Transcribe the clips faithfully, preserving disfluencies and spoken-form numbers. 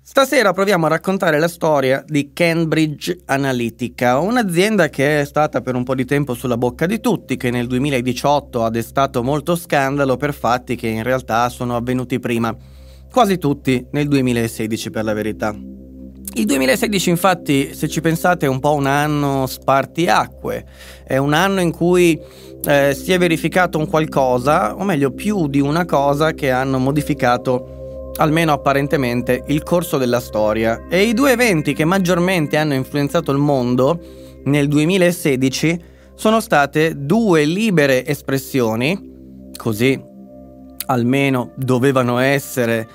Stasera proviamo a raccontare la storia di Cambridge Analytica, un'azienda che è stata per un po' di tempo sulla bocca di tutti, che nel duemiladiciotto ha destato molto scandalo per fatti che in realtà sono avvenuti prima, quasi tutti nel duemilasedici per la verità. Il duemilasedici infatti, se ci pensate, è un po' un anno spartiacque, è un anno in cui eh, si è verificato un qualcosa, o meglio più di una cosa, che hanno modificato almeno apparentemente, il corso della storia. E i due eventi che maggiormente hanno influenzato il mondo nel duemilasedici sono state due libere espressioni, così almeno dovevano essere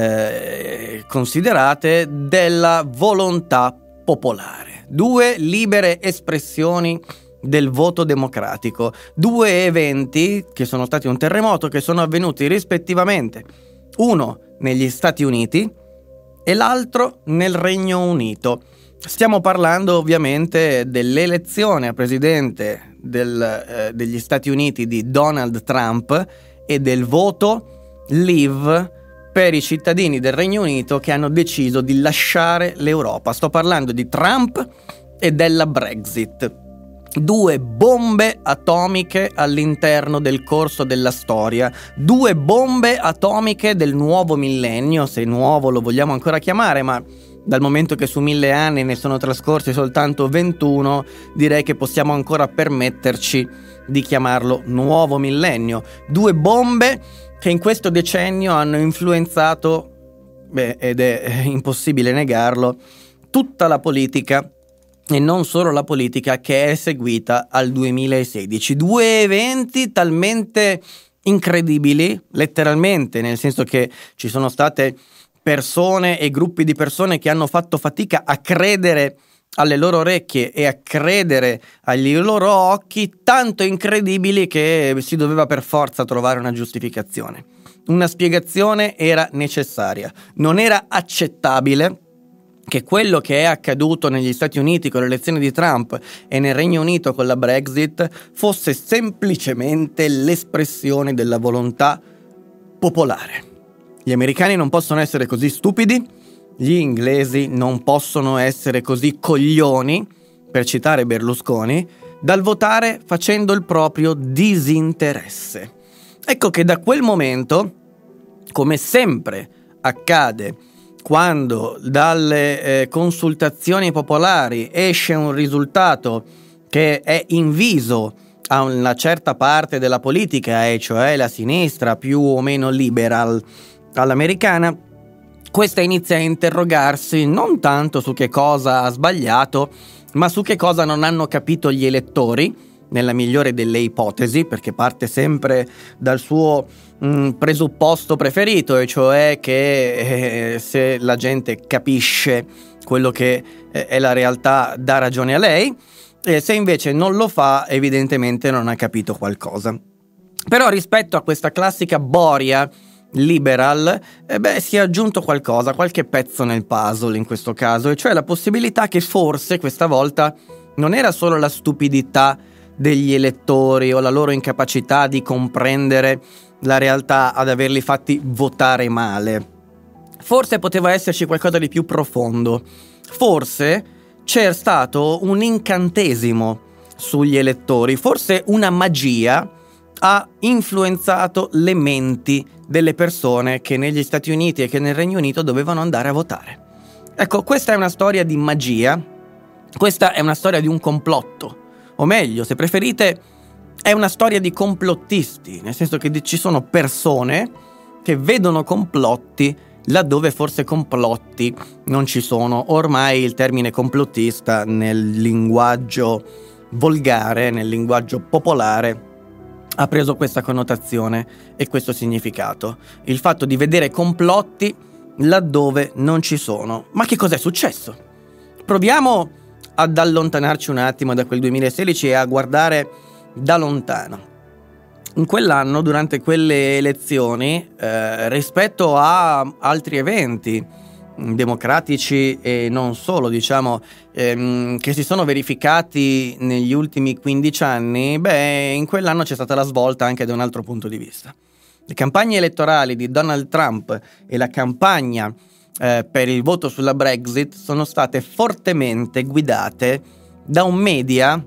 eh, considerate, della volontà popolare. Due libere espressioni del voto democratico. Due eventi che sono stati un terremoto, che sono avvenuti rispettivamente uno negli Stati Uniti e l'altro nel Regno Unito. Stiamo parlando ovviamente dell'elezione a presidente del, eh, degli Stati Uniti di Donald Trump e del voto Leave per i cittadini del Regno Unito che hanno deciso di lasciare l'Europa. Sto parlando di Trump e della Brexit. Due bombe atomiche all'interno del corso della storia, due bombe atomiche del nuovo millennio, se nuovo lo vogliamo ancora chiamare, ma dal momento che su mille anni ne sono trascorsi soltanto ventuno, direi che possiamo ancora permetterci di chiamarlo nuovo millennio. Due bombe che in questo decennio hanno influenzato, beh, ed è impossibile negarlo, tutta la politica, e non solo la politica, che è seguita al duemilasedici. Due eventi talmente incredibili, letteralmente, nel senso che ci sono state persone e gruppi di persone che hanno fatto fatica a credere alle loro orecchie e a credere agli loro occhi, tanto incredibili che si doveva per forza trovare una giustificazione. Una spiegazione era necessaria. Non era accettabile che quello che è accaduto negli Stati Uniti con l'elezione di Trump e nel Regno Unito con la Brexit fosse semplicemente l'espressione della volontà popolare. Gli americani non possono essere così stupidi, gli inglesi non possono essere così coglioni, per citare Berlusconi, dal votare facendo il proprio disinteresse. Ecco che da quel momento, come sempre accade quando dalle eh, consultazioni popolari esce un risultato che è inviso a una certa parte della politica, e cioè la sinistra più o meno liberal all'americana, questa inizia a interrogarsi non tanto su che cosa ha sbagliato, ma su che cosa non hanno capito gli elettori, nella migliore delle ipotesi, perché parte sempre dal suo mh, presupposto preferito, e cioè che eh, se la gente capisce quello che eh, è la realtà dà ragione a lei, e se invece non lo fa evidentemente non ha capito qualcosa. Però rispetto a questa classica boria liberal, eh beh, si è aggiunto qualcosa, qualche pezzo nel puzzle in questo caso, e cioè la possibilità che forse questa volta non era solo la stupidità degli elettori o la loro incapacità di comprendere la realtà ad averli fatti votare male. Forse poteva esserci qualcosa di più profondo. Forse c'è stato un incantesimo sugli elettori, forse una magia ha influenzato le menti delle persone che negli Stati Uniti e che nel Regno Unito dovevano andare a votare. Ecco, questa è una storia di magia, questa è una storia di un complotto. O meglio, se preferite, è una storia di complottisti, nel senso che ci sono persone che vedono complotti laddove forse complotti non ci sono. Ormai il termine complottista nel linguaggio volgare, nel linguaggio popolare, ha preso questa connotazione e questo significato. Il fatto di vedere complotti laddove non ci sono. Ma che cos'è successo? Proviamo ad allontanarci un attimo da quel duemilasedici e a guardare da lontano. In quell'anno, durante quelle elezioni, eh, rispetto a altri eventi democratici e non solo, diciamo, ehm, che si sono verificati negli ultimi quindici anni, beh, in quell'anno c'è stata la svolta anche da un altro punto di vista. Le campagne elettorali di Donald Trump e la campagna eh, per il voto sulla Brexit sono state fortemente guidate da un media,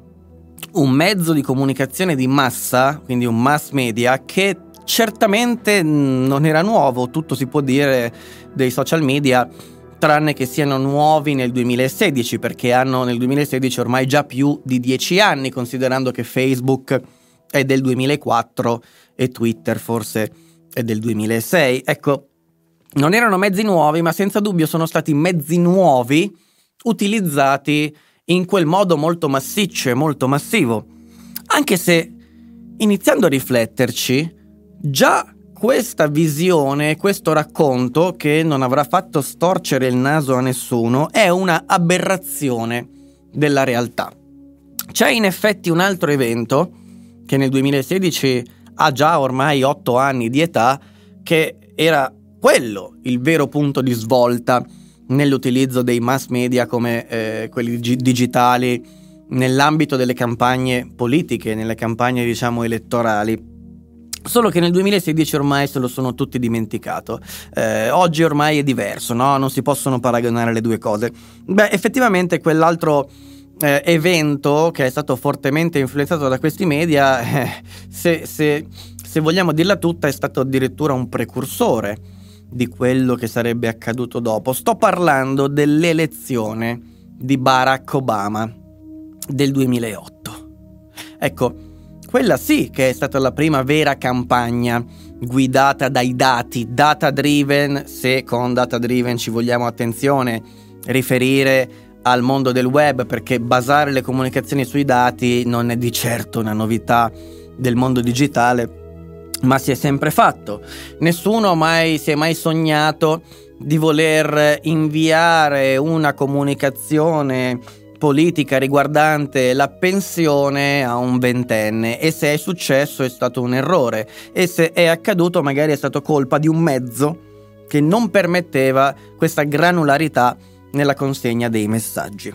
un mezzo di comunicazione di massa, quindi un mass media, che certamente non era nuovo. Tutto si può dire dei social media, tranne che siano nuovi nel duemilasedici, perché hanno nel duemilasedici ormai già più di dieci anni, considerando che Facebook è del duemilaquattro e Twitter forse è del duemilasei. Ecco, non erano mezzi nuovi, ma senza dubbio sono stati mezzi nuovi utilizzati in quel modo molto massiccio e molto massivo. Anche se, iniziando a rifletterci, già questa visione, questo racconto, che non avrà fatto storcere il naso a nessuno, è una aberrazione della realtà. C'è in effetti un altro evento che nel duemilasedici ha già ormai otto anni di età, che era quello il vero punto di svolta nell'utilizzo dei mass media come eh, quelli dig- digitali nell'ambito delle campagne politiche, nelle campagne diciamo elettorali. Solo che nel duemilasedici ormai se lo sono tutti dimenticato. Eh, oggi ormai è diverso, no? Non si possono paragonare le due cose. Beh, effettivamente quell'altro eh, evento che è stato fortemente influenzato da questi media, eh, se, se, se vogliamo dirla tutta, è stato addirittura un precursore di quello che sarebbe accaduto dopo. Sto parlando dell'elezione di Barack Obama del duemilaotto. Ecco, quella sì che è stata la prima vera campagna guidata dai dati, data driven, se con data driven ci vogliamo, attenzione, riferire al mondo del web, perché basare le comunicazioni sui dati non è di certo una novità del mondo digitale, ma si è sempre fatto. Nessuno mai si è mai sognato di voler inviare una comunicazione politica riguardante la pensione a un ventenne, e se è successo è stato un errore, e se è accaduto magari è stato colpa di un mezzo che non permetteva questa granularità nella consegna dei messaggi.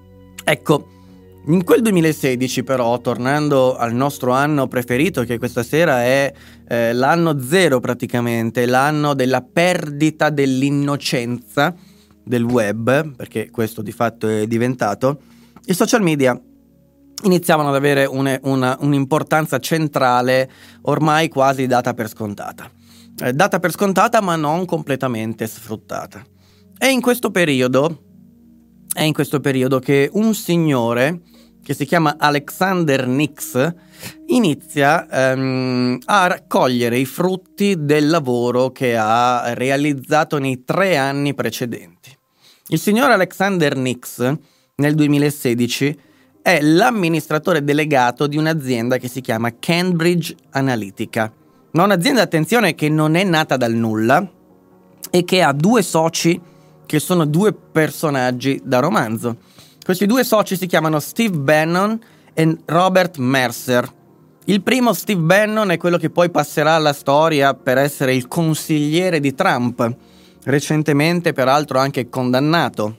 Ecco, in quel duemilasedici però, tornando al nostro anno preferito, che questa sera è eh, l'anno zero praticamente, l'anno della perdita dell'innocenza del web, perché questo di fatto è diventato, i social media iniziavano ad avere une, una, un'importanza centrale ormai quasi data per scontata. Eh, data per scontata ma non completamente sfruttata. È in questo periodo, è in questo periodo che un signore che si chiama Alexander Nix inizia ehm, a raccogliere i frutti del lavoro che ha realizzato nei tre anni precedenti. Il signor Alexander Nix nel duemilasedici è l'amministratore delegato di un'azienda che si chiama Cambridge Analytica, ma un'azienda, attenzione, che non è nata dal nulla e che ha due soci che sono due personaggi da romanzo. Questi due soci si chiamano Steve Bannon e Robert Mercer. Il primo, Steve Bannon, è quello che poi passerà alla storia per essere il consigliere di Trump, recentemente peraltro anche condannato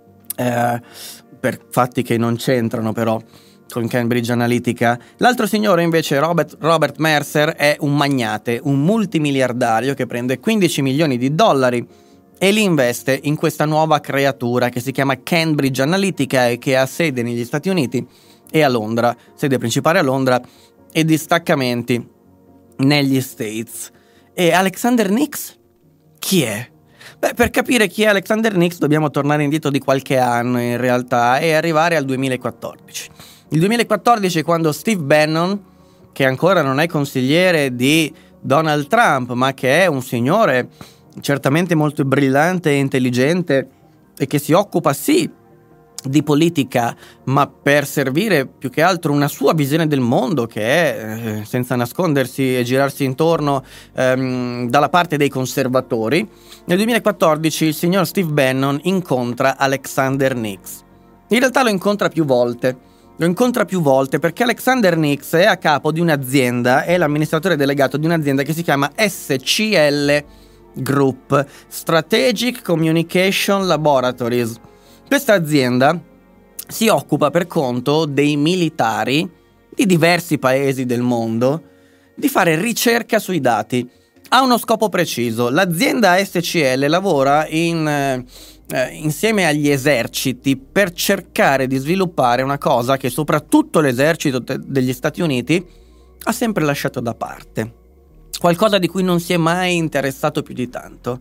eh, per fatti che non c'entrano però con Cambridge Analytica. L'altro signore invece, Robert, Robert Mercer, è un magnate, un multimiliardario che prende quindici milioni di dollari e li investe in questa nuova creatura che si chiama Cambridge Analytica e che ha sede negli Stati Uniti e a Londra, sede principale a Londra e distaccamenti negli States. E Alexander Nix? Chi è? Beh, per capire chi è Alexander Nix dobbiamo tornare indietro di qualche anno in realtà e arrivare al duemilaquattordici. Il duemilaquattordici, quando Steve Bannon, che ancora non è consigliere di Donald Trump, ma che è un signore certamente molto brillante e intelligente e che si occupa sì di politica, ma per servire più che altro una sua visione del mondo che è, eh, senza nascondersi e girarsi intorno, ehm, dalla parte dei conservatori. Nel duemilaquattordici il signor Steve Bannon incontra Alexander Nix. In realtà lo incontra più volte. Lo incontra più volte perché Alexander Nix è a capo di un'azienda, è l'amministratore delegato di un'azienda che si chiama S C L Group, Strategic Communication Laboratories. Questa azienda si occupa per conto dei militari di diversi paesi del mondo di fare ricerca sui dati. ha uno scopo preciso. L'azienda A S C L lavora in, eh, insieme agli eserciti per cercare di sviluppare una cosa che soprattutto l'esercito te- degli Stati Uniti ha sempre lasciato da parte. Qualcosa di cui non si è mai interessato più di tanto.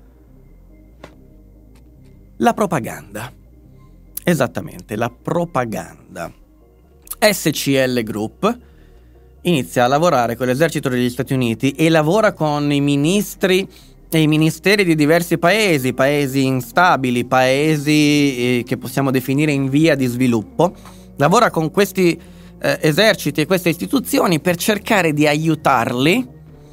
La propaganda. Esattamente, la propaganda. S C L Group inizia a lavorare con l'esercito degli Stati Uniti e lavora con i ministri e i ministeri di diversi paesi, paesi instabili, paesi eh, che possiamo definire in via di sviluppo. Lavora con questi eh, eserciti e queste istituzioni per cercare di aiutarli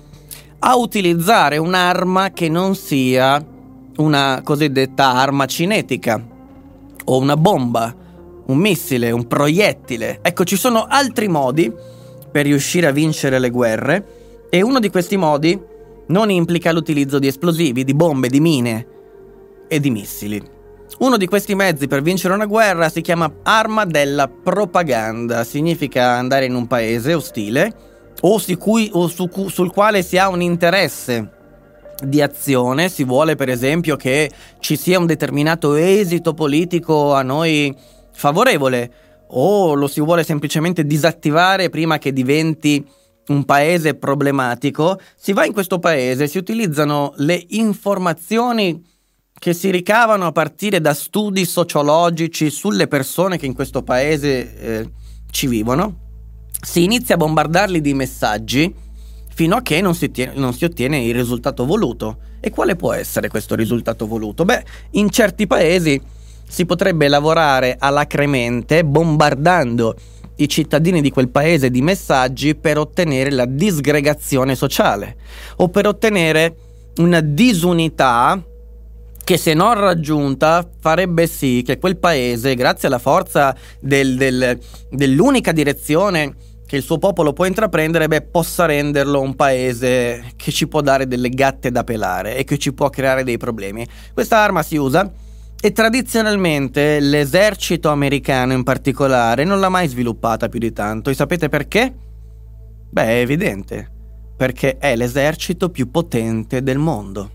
a utilizzare un'arma che non sia una cosiddetta arma cinetica o una bomba, un missile, un proiettile. Ecco, ci sono altri modi per riuscire a vincere le guerre e uno di questi modi non implica l'utilizzo di esplosivi, di bombe, di mine e di missili. Uno di questi mezzi per vincere una guerra si chiama arma della propaganda. Significa andare in un paese ostile o, su cui, o su, sul quale si ha un interesse di azione. Si vuole per esempio che ci sia un determinato esito politico a noi favorevole, o lo si vuole semplicemente disattivare prima che diventi un paese problematico. Si va in questo paese, si utilizzano le informazioni che si ricavano a partire da studi sociologici sulle persone che in questo paese eh, ci vivono. Si inizia a bombardarli di messaggi fino a che non si, tiene, non si ottiene il risultato voluto. E quale può essere questo risultato voluto? Beh, in certi paesi si potrebbe lavorare alacremente bombardando i cittadini di quel paese di messaggi per ottenere la disgregazione sociale o per ottenere una disunità che, se non raggiunta, farebbe sì che quel paese, grazie alla forza del, del, dell'unica direzione che il suo popolo può intraprendere, beh, possa renderlo un paese che ci può dare delle gatte da pelare e che ci può creare dei problemi. Questa arma si usa e tradizionalmente l'esercito americano in particolare non l'ha mai sviluppata più di tanto. E sapete perché? Beh, è evidente, perché è l'esercito più potente del mondo.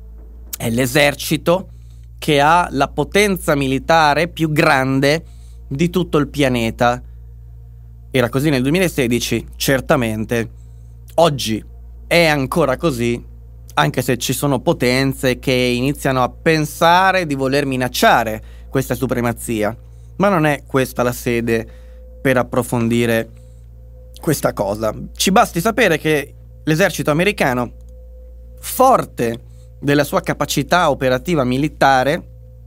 È l'esercito che ha la potenza militare più grande di tutto il pianeta. Era così nel duemilasedici, certamente. Oggi è ancora così, anche se ci sono potenze che iniziano a pensare di voler minacciare questa supremazia. Ma non è questa la sede per approfondire questa cosa. Ci basti sapere che l'esercito americano, forte della sua capacità operativa militare,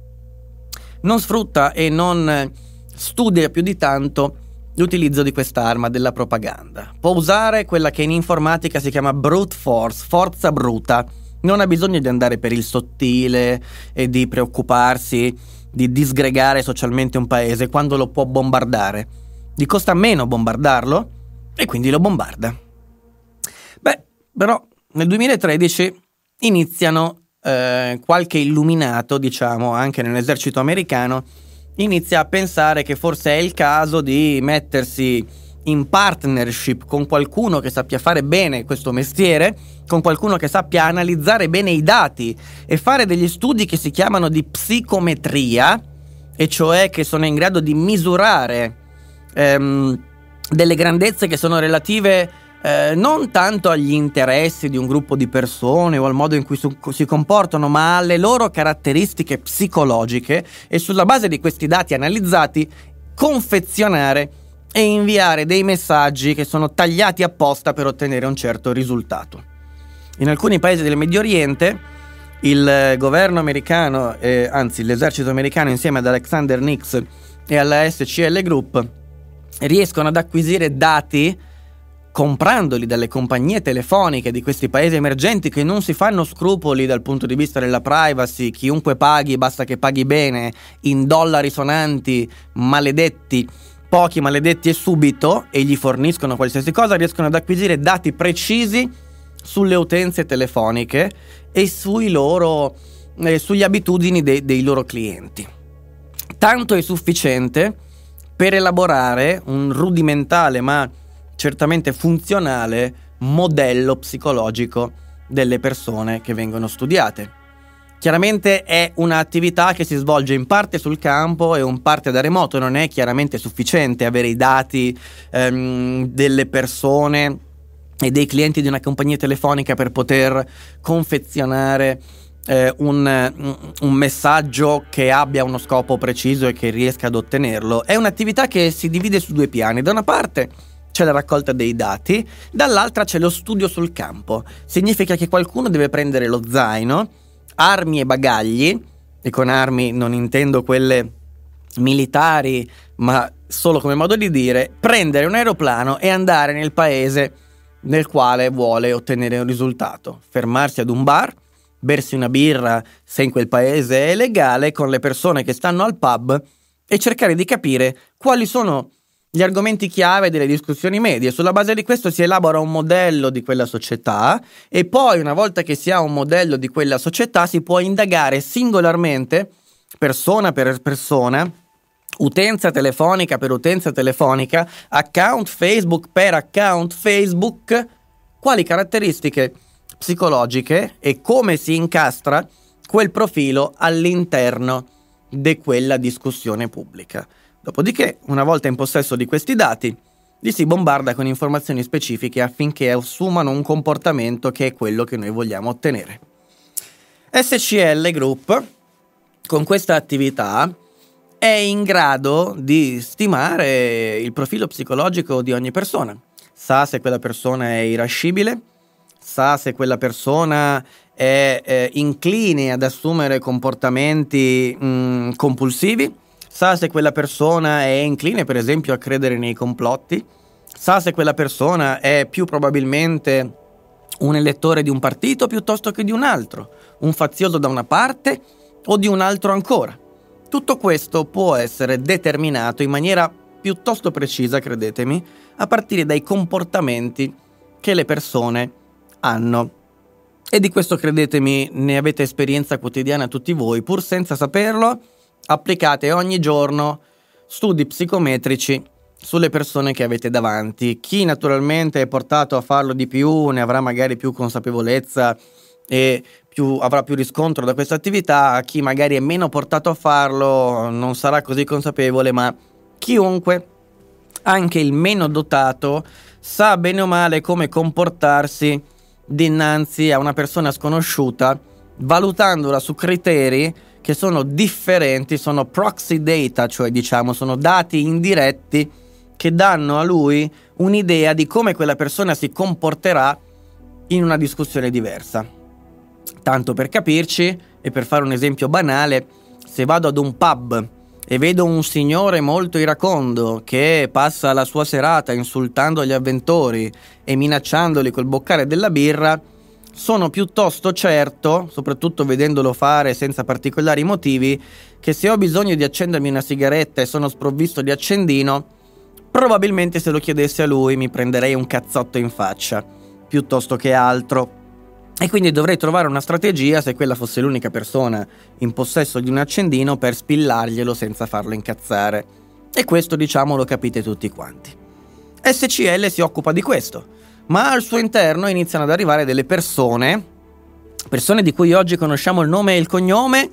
non sfrutta e non studia più di tanto l'utilizzo di quest'arma della propaganda. Può usare quella che in informatica si chiama brute force, forza bruta. Non ha bisogno di andare per il sottile e di preoccuparsi di disgregare socialmente un paese quando lo può bombardare. Gli costa meno bombardarlo e quindi lo bombarda. Beh, però nel duemilatredici iniziano eh, qualche illuminato, diciamo, anche nell'esercito americano, inizia a pensare che forse è il caso di mettersi in partnership con qualcuno che sappia fare bene questo mestiere, con qualcuno che sappia analizzare bene i dati e fare degli studi che si chiamano di psicometria, e cioè che sono in grado di misurare ehm, delle grandezze che sono relative eh, non tanto agli interessi di un gruppo di persone o al modo in cui su- si comportano, ma alle loro caratteristiche psicologiche, e sulla base di questi dati analizzati confezionare e inviare dei messaggi che sono tagliati apposta per ottenere un certo risultato. In alcuni paesi del Medio Oriente il governo americano, eh, anzi l'esercito americano insieme ad Alexander Nix e alla S C L Group riescono ad acquisire dati comprandoli dalle compagnie telefoniche di questi paesi emergenti che non si fanno scrupoli dal punto di vista della privacy. Chiunque paghi, basta che paghi bene, in dollari sonanti, maledetti, pochi maledetti e subito, e gli forniscono qualsiasi cosa. Riescono ad acquisire dati precisi sulle utenze telefoniche e sui loro, eh, sugli abitudini de- dei loro clienti. Tanto è sufficiente per elaborare un rudimentale ma certamente funzionale modello psicologico delle persone che vengono studiate. Chiaramente è un'attività che si svolge in parte sul campo e in parte da remoto, non è chiaramente sufficiente avere i dati ehm, delle persone e dei clienti di una compagnia telefonica per poter confezionare eh, un, un messaggio che abbia uno scopo preciso e che riesca ad ottenerlo. È un'attività che si divide su due piani. Da una parte c'è la raccolta dei dati, dall'altra c'è lo studio sul campo. Significa che qualcuno deve prendere lo zaino, armi e bagagli, e con armi non intendo quelle militari, ma solo come modo di dire, prendere un aeroplano e andare nel paese nel quale vuole ottenere un risultato, fermarsi ad un bar, bersi una birra se in quel paese è legale con le persone che stanno al pub e cercare di capire quali sono gli argomenti chiave delle discussioni medie. Sulla base di questo si elabora un modello di quella società e poi, una volta che si ha un modello di quella società, si può indagare singolarmente, persona per persona, utenza telefonica per utenza telefonica, account Facebook per account Facebook, quali caratteristiche psicologiche e come si incastra quel profilo all'interno di quella discussione pubblica. Dopodiché, una volta in possesso di questi dati, li si bombarda con informazioni specifiche affinché assumano un comportamento che è quello che noi vogliamo ottenere. S C L Group, con questa attività, è in grado di stimare il profilo psicologico di ogni persona. Sa se quella persona è irascibile, sa se quella persona è eh, incline ad assumere comportamenti mh, compulsivi, sa se quella persona è incline, per esempio, a credere nei complotti, sa se quella persona è più probabilmente un elettore di un partito piuttosto che di un altro, un fazioso da una parte o di un altro ancora. Tutto questo può essere determinato in maniera piuttosto precisa, credetemi, a partire dai comportamenti che le persone hanno. E di questo, credetemi, ne avete esperienza quotidiana tutti voi, pur senza saperlo. Applicate ogni giorno studi psicometrici sulle persone che avete davanti. Chi naturalmente è portato a farlo di più ne avrà magari più consapevolezza e più, avrà più riscontro da questa attività. Chi magari è meno portato a farlo non sarà così consapevole, ma chiunque, anche il meno dotato, sa bene o male come comportarsi dinanzi a una persona sconosciuta, valutandola su criteri che sono differenti, sono proxy data, cioè diciamo sono dati indiretti che danno a lui un'idea di come quella persona si comporterà in una discussione diversa. Tanto per capirci, e per fare un esempio banale, se vado ad un pub e vedo un signore molto iracondo che passa la sua serata insultando gli avventori e minacciandoli col boccare della birra, sono piuttosto certo, soprattutto vedendolo fare senza particolari motivi, che se ho bisogno di accendermi una sigaretta e sono sprovvisto di accendino, probabilmente se lo chiedessi a lui mi prenderei un cazzotto in faccia, piuttosto che altro. E quindi dovrei trovare una strategia, se quella fosse l'unica persona in possesso di un accendino, per spillarglielo senza farlo incazzare. E questo, diciamo, lo capite tutti quanti. S C L si occupa di questo, ma al suo interno iniziano ad arrivare delle persone, persone di cui oggi conosciamo il nome e il cognome,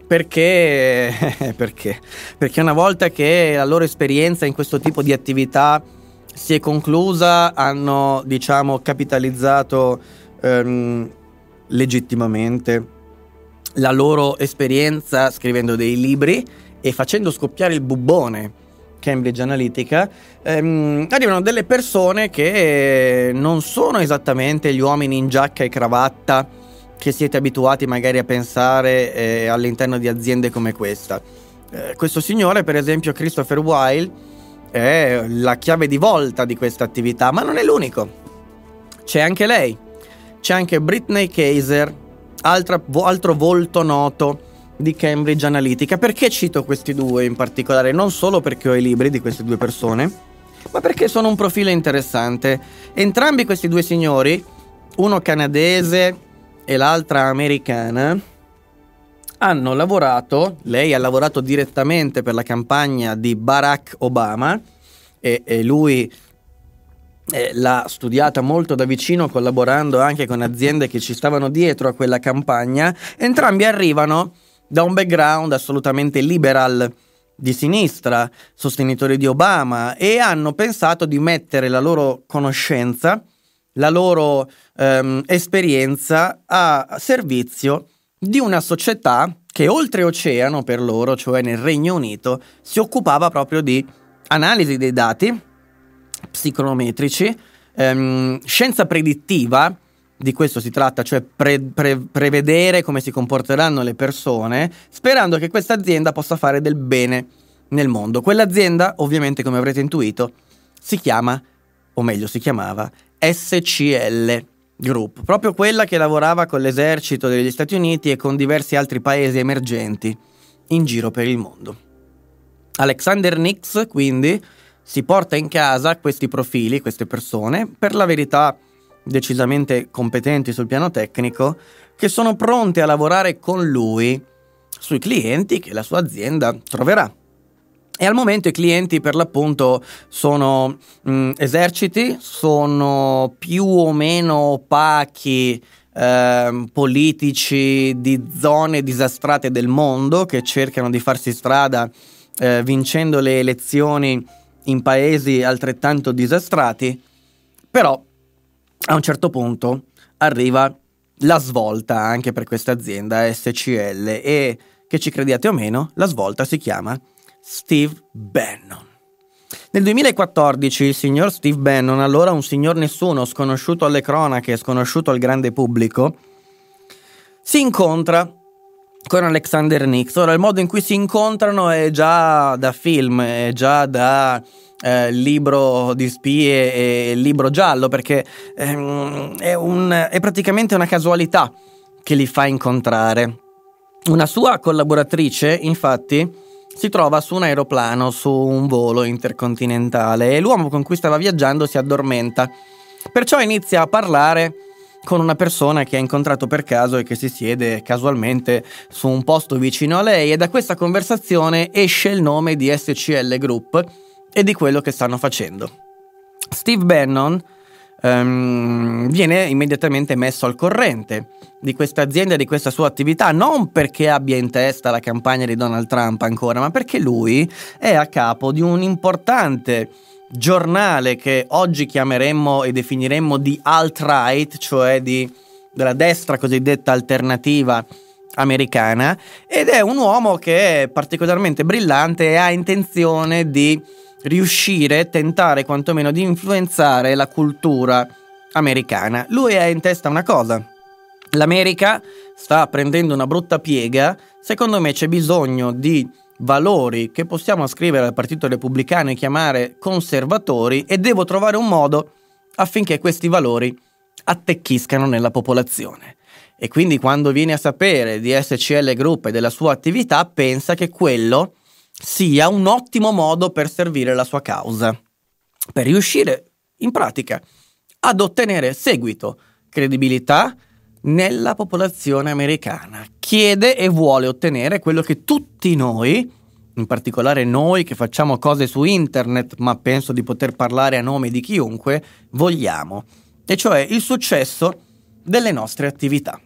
perché, perché? Perché una volta che la loro esperienza in questo tipo di attività si è conclusa, hanno, diciamo, capitalizzato ehm, legittimamente la loro esperienza scrivendo dei libri e facendo scoppiare il bubbone Cambridge Analytica. ehm, arrivano delle persone che non sono esattamente gli uomini in giacca e cravatta che siete abituati magari a pensare eh, all'interno di aziende come questa. Eh, questo signore, per esempio Christopher Weil, è la chiave di volta di questa attività, ma non è l'unico. C'è anche lei, c'è anche Brittany Kaiser, altra, altro volto noto di Cambridge Analytica. Perché cito questi due in particolare? Non solo perché ho i libri di queste due persone, ma perché sono un profilo interessante. Entrambi questi due signori, uno canadese e l'altra americana, hanno lavorato, lei ha lavorato direttamente per la campagna di Barack Obama e, e lui eh, l'ha studiata molto da vicino, collaborando anche con aziende che ci stavano dietro a quella campagna. Entrambi arrivano da un background assolutamente liberal, di sinistra, sostenitori di Obama, e hanno pensato di mettere la loro conoscenza, la loro ehm, esperienza a servizio di una società che oltreoceano per loro, cioè nel Regno Unito, si occupava proprio di analisi dei dati psicometrici, ehm, scienza predittiva. Di questo si tratta, cioè pre- pre- prevedere come si comporteranno le persone, sperando che questa azienda possa fare del bene nel mondo. Quell'azienda, ovviamente, come avrete intuito, si chiama, o meglio si chiamava, S C L Group, proprio quella che lavorava con l'esercito degli Stati Uniti e con diversi altri paesi emergenti in giro per il mondo. Alexander Nix, quindi, si porta in casa questi profili, queste persone, per la verità decisamente competenti sul piano tecnico, che sono pronte a lavorare con lui sui clienti che la sua azienda troverà. E al momento i clienti per l'appunto sono mh, eserciti, sono più o meno opachi eh, politici di zone disastrate del mondo che cercano di farsi strada eh, vincendo le elezioni in paesi altrettanto disastrati. Però a un certo punto arriva la svolta anche per questa azienda S C L, e, che ci crediate o meno, la svolta si chiama Steve Bannon. Nel duemilaquattordici il signor Steve Bannon, allora un signor nessuno, sconosciuto alle cronache, sconosciuto al grande pubblico, si incontra con Alexander Nix. Ora, il modo in cui si incontrano è già da film, è già da eh, libro di spie e libro giallo, perché ehm, è, un, è praticamente una casualità che li fa incontrare. Una sua collaboratrice, infatti, si trova su un aeroplano, su un volo intercontinentale, e l'uomo con cui stava viaggiando si addormenta. Perciò inizia a parlare con una persona che ha incontrato per caso e che si siede casualmente su un posto vicino a lei, e da questa conversazione esce il nome di S C L Group e di quello che stanno facendo. Steve Bannon um, viene immediatamente messo al corrente di questa azienda e di questa sua attività, non perché abbia in testa la campagna di Donald Trump ancora, ma perché lui è a capo di un importante giornale che oggi chiameremmo e definiremmo di alt-right, cioè di, della destra cosiddetta alternativa americana, ed è un uomo che è particolarmente brillante e ha intenzione di riuscire, tentare quantomeno di influenzare la cultura americana. Lui ha in testa una cosa: l'America sta prendendo una brutta piega, secondo me c'è bisogno di valori che possiamo ascrivere al Partito Repubblicano e chiamare conservatori, e devo trovare un modo affinché questi valori attecchiscano nella popolazione. E quindi quando viene a sapere di S C L Group e della sua attività, pensa che quello sia un ottimo modo per servire la sua causa, per riuscire in pratica ad ottenere seguito, credibilità nella popolazione americana. Chiede e vuole ottenere quello che tutti noi, in particolare noi che facciamo cose su internet, ma penso di poter parlare a nome di chiunque, vogliamo, e cioè il successo delle nostre attività.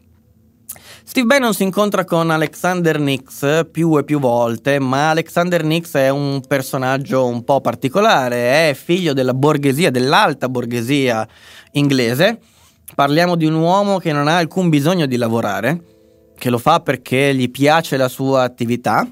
Steve Bannon si incontra con Alexander Nix più e più volte, ma Alexander Nix è un personaggio un po' particolare, è figlio della borghesia, dell'alta borghesia inglese. Parliamo di un uomo che non ha alcun bisogno di lavorare, che lo fa perché gli piace la sua attività,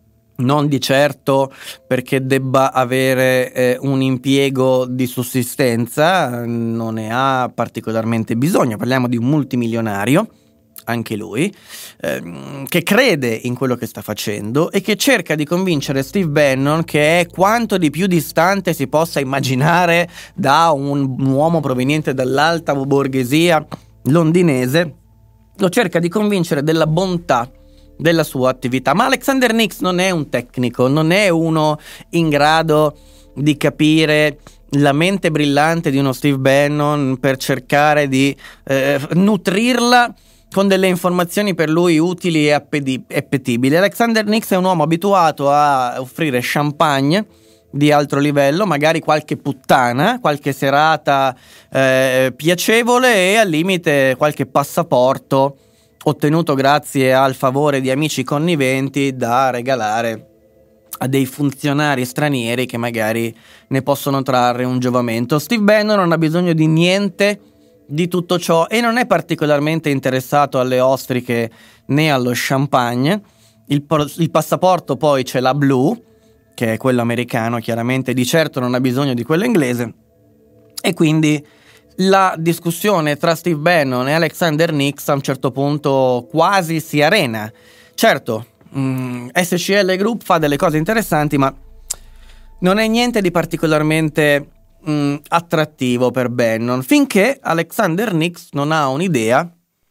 non di certo perché debba avere eh, un impiego di sussistenza, non ne ha particolarmente bisogno. Parliamo di un multimilionario, anche lui, ehm, che crede in quello che sta facendo e che cerca di convincere Steve Bannon, che è quanto di più distante si possa immaginare da un, un uomo proveniente dall'alta borghesia londinese, lo cerca di convincere della bontà della sua attività. Ma Alexander Nix non è un tecnico, non è uno in grado di capire la mente brillante di uno Steve Bannon per cercare di eh, nutrirla con delle informazioni per lui utili e appetibili. Alexander Nix è un uomo abituato a offrire champagne di altro livello, magari qualche puttana, qualche serata eh, piacevole e al limite qualche passaporto ottenuto grazie al favore di amici conniventi da regalare a dei funzionari stranieri che magari ne possono trarre un giovamento. Steve Bannon non ha bisogno di niente di tutto ciò e non è particolarmente interessato alle ostriche né allo champagne. Il, il passaporto poi ce l'ha blu, che è quello americano, chiaramente di certo non ha bisogno di quello inglese, e quindi la discussione tra Steve Bannon e Alexander Nix a un certo punto quasi si arena. Certo, mh, S C L Group fa delle cose interessanti, ma non è niente di particolarmente mh, attrattivo per Bannon, finché Alexander Nix non ha un'idea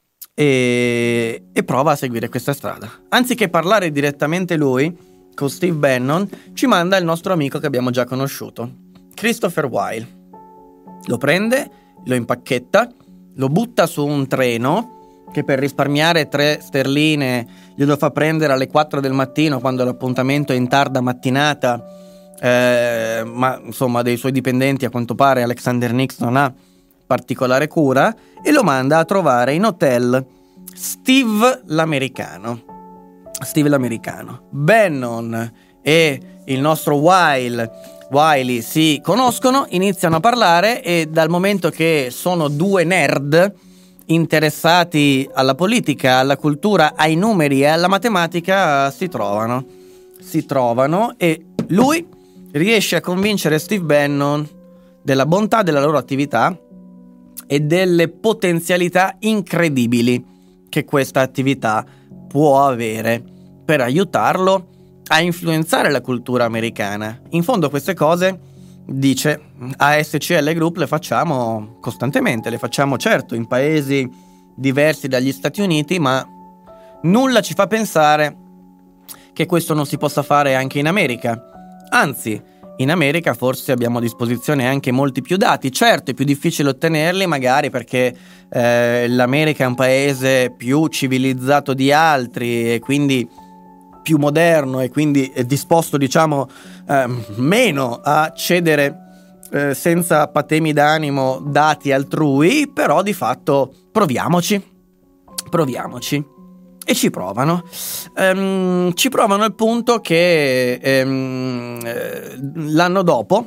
e, e prova a seguire questa strada. Anziché parlare direttamente lui con Steve Bannon, ci manda il nostro amico che abbiamo già conosciuto, Christopher Weil. Lo prende, lo impacchetta, lo butta su un treno che per risparmiare tre sterline glielo fa prendere alle quattro del mattino quando l'appuntamento è in tarda mattinata, eh, ma insomma dei suoi dipendenti a quanto pare Alexander Nix non ha particolare cura, e lo manda a trovare in hotel Steve l'americano. Steve l'americano. Bannon e il nostro Weil Wiley si conoscono, iniziano a parlare e dal momento che sono due nerd interessati alla politica, alla cultura, ai numeri e alla matematica si trovano. Si trovano e lui riesce a convincere Steve Bannon della bontà della loro attività e delle potenzialità incredibili che questa attività può avere per aiutarlo a influenzare la cultura americana. In fondo queste cose, dice, a S C L Group le facciamo costantemente, le facciamo certo in paesi diversi dagli Stati Uniti, ma nulla ci fa pensare che questo non si possa fare anche in America. Anzi, in America forse abbiamo a disposizione anche molti più dati. Certo, è più difficile ottenerli magari perché eh, l'America è un paese più civilizzato di altri e quindi più moderno e quindi è disposto, diciamo, eh, meno a cedere eh, senza patemi d'animo dati altrui, però di fatto proviamoci, proviamoci. E ci provano. Um, ci provano al punto che um, l'anno dopo,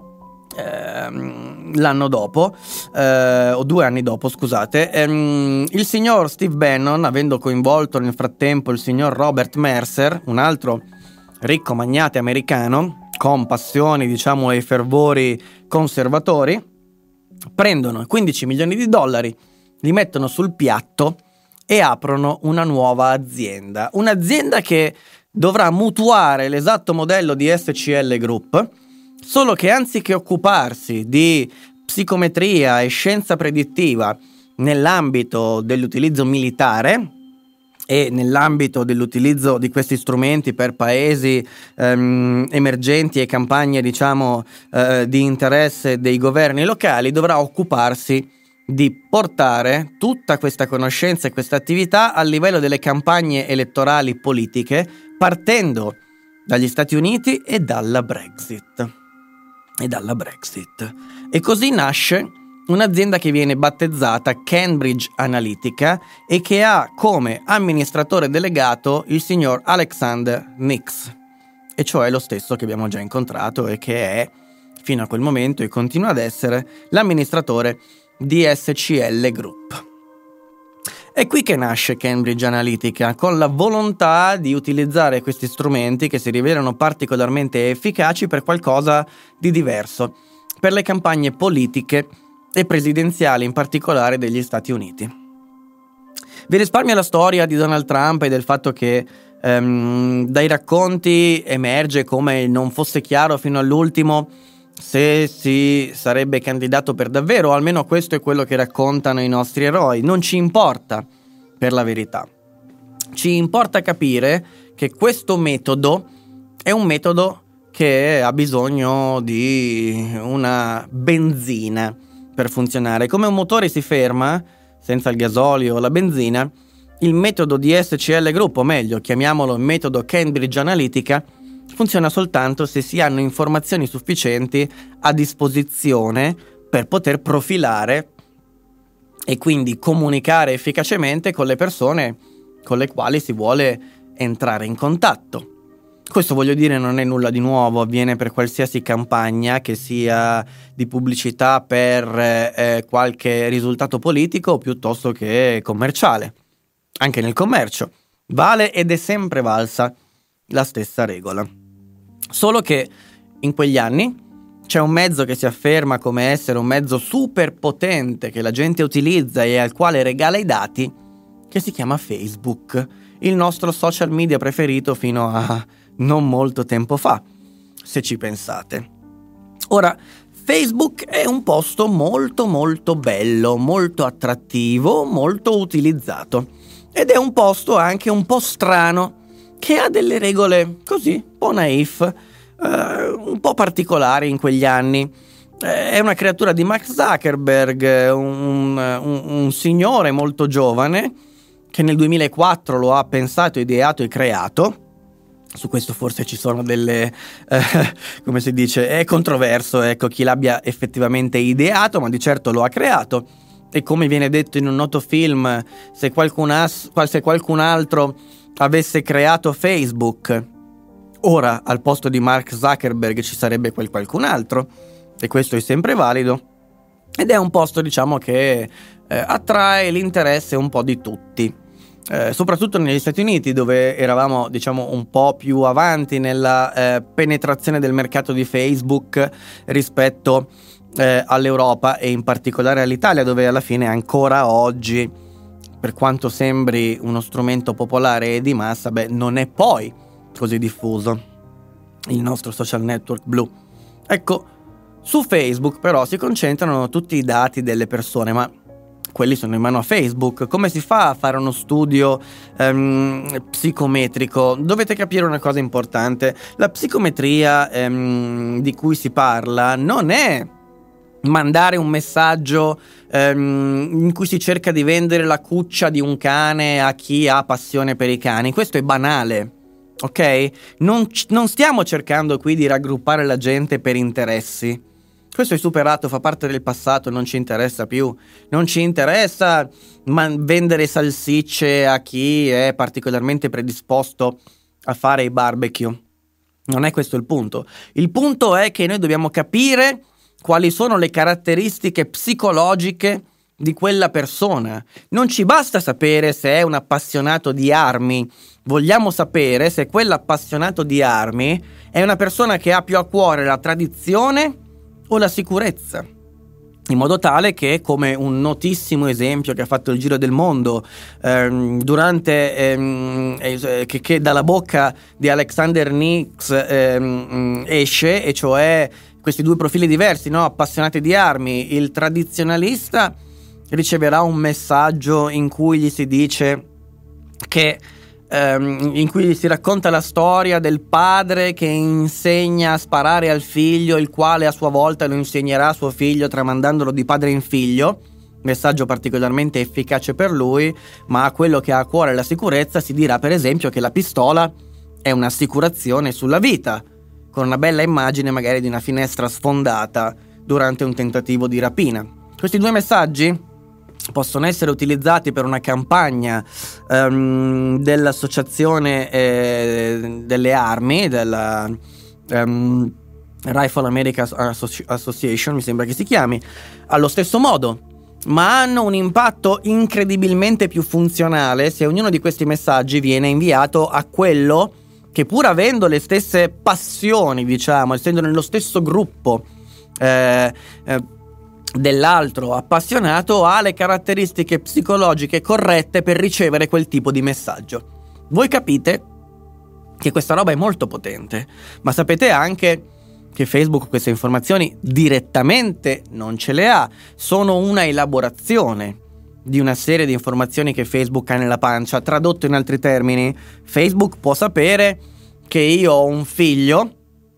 um, l'anno dopo, uh, o due anni dopo, scusate, um, il signor Steve Bannon, avendo coinvolto nel frattempo il signor Robert Mercer, un altro ricco magnate americano, con passioni, diciamo, e fervori conservatori, prendono quindici milioni di dollari, li mettono sul piatto e aprono una nuova azienda. Un'azienda che dovrà mutuare l'esatto modello di S C L Group, solo che anziché occuparsi di psicometria e scienza predittiva nell'ambito dell'utilizzo militare e nell'ambito dell'utilizzo di questi strumenti per paesi ehm, emergenti e campagne, diciamo, eh, di interesse dei governi locali, dovrà occuparsi di portare tutta questa conoscenza e questa attività al livello delle campagne elettorali politiche, partendo dagli Stati Uniti e dalla Brexit. E dalla Brexit. E così nasce un'azienda che viene battezzata Cambridge Analytica e che ha come amministratore delegato il signor Alexander Nix, e cioè lo stesso che abbiamo già incontrato e che è, fino a quel momento e continua ad essere, l'amministratore di S C L Group. È qui che nasce Cambridge Analytica, con la volontà di utilizzare questi strumenti che si rivelano particolarmente efficaci per qualcosa di diverso, per le campagne politiche e presidenziali, in particolare degli Stati Uniti. Vi risparmio la storia di Donald Trump e del fatto che ehm, dai racconti emerge come non fosse chiaro fino all'ultimo se si sarebbe candidato per davvero, o almeno questo è quello che raccontano i nostri eroi. Non ci importa, per la verità. Ci importa capire che questo metodo è un metodo che ha bisogno di una benzina per funzionare. Come un motore si ferma senza il gasolio o la benzina, il metodo di S C L Group, o meglio, chiamiamolo metodo Cambridge Analytica, funziona soltanto se si hanno informazioni sufficienti a disposizione per poter profilare e quindi comunicare efficacemente con le persone con le quali si vuole entrare in contatto. Questo, voglio dire, non è nulla di nuovo, avviene per qualsiasi campagna, che sia di pubblicità per eh, qualche risultato politico piuttosto che commerciale. Anche nel commercio vale ed è sempre valsa la stessa regola. Solo che in quegli anni c'è un mezzo che si afferma come essere un mezzo super potente che la gente utilizza e al quale regala i dati, che si chiama Facebook, il nostro social media preferito fino a non molto tempo fa, se ci pensate. Ora, Facebook è un posto molto molto bello, molto attrattivo, molto utilizzato, ed è un posto anche un po' strano, che ha delle regole così, un po' naif, eh, un po' particolari in quegli anni. Eh, è una creatura di Mark Zuckerberg, un, un, un signore molto giovane che nel duemilaquattro lo ha pensato, ideato e creato. Su questo forse ci sono delle, eh, come si dice, è controverso, ecco, chi l'abbia effettivamente ideato, ma di certo lo ha creato. E come viene detto in un noto film, se qualcun, as, se qualcun altro avesse creato Facebook, ora al posto di Mark Zuckerberg ci sarebbe quel qualcun altro, e questo è sempre valido. Ed è un posto, diciamo, che eh, attrae l'interesse un po' di tutti. Eh, soprattutto negli Stati Uniti, dove eravamo, diciamo, un po' più avanti nella eh, penetrazione del mercato di Facebook rispetto eh, all'Europa e in particolare all'Italia, dove alla fine ancora oggi, per quanto sembri uno strumento popolare e di massa, beh, non è poi così diffuso il nostro social network blu. Ecco, su Facebook però si concentrano tutti i dati delle persone, ma quelli sono in mano a Facebook. Come si fa a fare uno studio um, psicometrico? Dovete capire una cosa importante: la psicometria um, di cui si parla non è mandare un messaggio um, in cui si cerca di vendere la cuccia di un cane a chi ha passione per i cani. Questo è banale, ok? Non, non stiamo cercando qui di raggruppare la gente per interessi. Questo è superato, fa parte del passato, non ci interessa più. Non ci interessa man- vendere salsicce a chi è particolarmente predisposto a fare i barbecue. Non è questo il punto. Il punto è che noi dobbiamo capire quali sono le caratteristiche psicologiche di quella persona. Non ci basta sapere se è un appassionato di armi. Vogliamo sapere se quell'appassionato di armi è una persona che ha più a cuore la tradizione o la sicurezza, in modo tale che, come un notissimo esempio che ha fatto il giro del mondo ehm, durante ehm, eh, che, che dalla bocca di Alexander Nix ehm, esce, e cioè questi due profili diversi, no? Appassionati di armi. Il tradizionalista riceverà un messaggio in cui gli si dice che in cui si racconta la storia del padre che insegna a sparare al figlio, il quale a sua volta lo insegnerà a suo figlio, tramandandolo di padre in figlio. Messaggio particolarmente efficace per lui, ma a quello che ha a cuore la sicurezza si dirà per esempio che la pistola è un'assicurazione sulla vita, con una bella immagine magari di una finestra sfondata durante un tentativo di rapina. Questi due messaggi possono essere utilizzati per una campagna um, dell'associazione eh, delle armi, della um, Rifle America Associ- Association, mi sembra che si chiami, allo stesso modo, ma hanno un impatto incredibilmente più funzionale se ognuno di questi messaggi viene inviato a quello che, pur avendo le stesse passioni, diciamo, essendo nello stesso gruppo eh, eh, dell'altro appassionato, ha le caratteristiche psicologiche corrette per ricevere quel tipo di messaggio. Voi capite che questa roba è molto potente, ma sapete anche che Facebook queste informazioni direttamente non ce le ha, sono una elaborazione di una serie di informazioni che Facebook ha nella pancia. Tradotto in altri termini, Facebook può sapere che io ho un figlio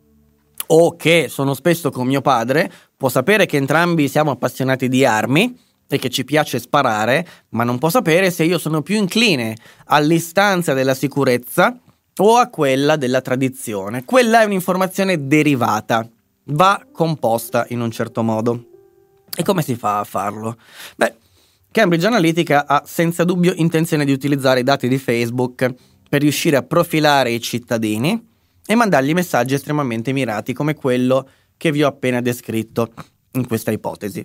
o che sono spesso con mio padre, può sapere che entrambi siamo appassionati di armi e che ci piace sparare, ma non può sapere se io sono più incline all'istanza della sicurezza o a quella della tradizione. Quella è un'informazione derivata, va composta in un certo modo. E come si fa a farlo? Beh, Cambridge Analytica ha senza dubbio intenzione di utilizzare i dati di Facebook per riuscire a profilare i cittadini e mandargli messaggi estremamente mirati come quello che vi ho appena descritto in questa ipotesi.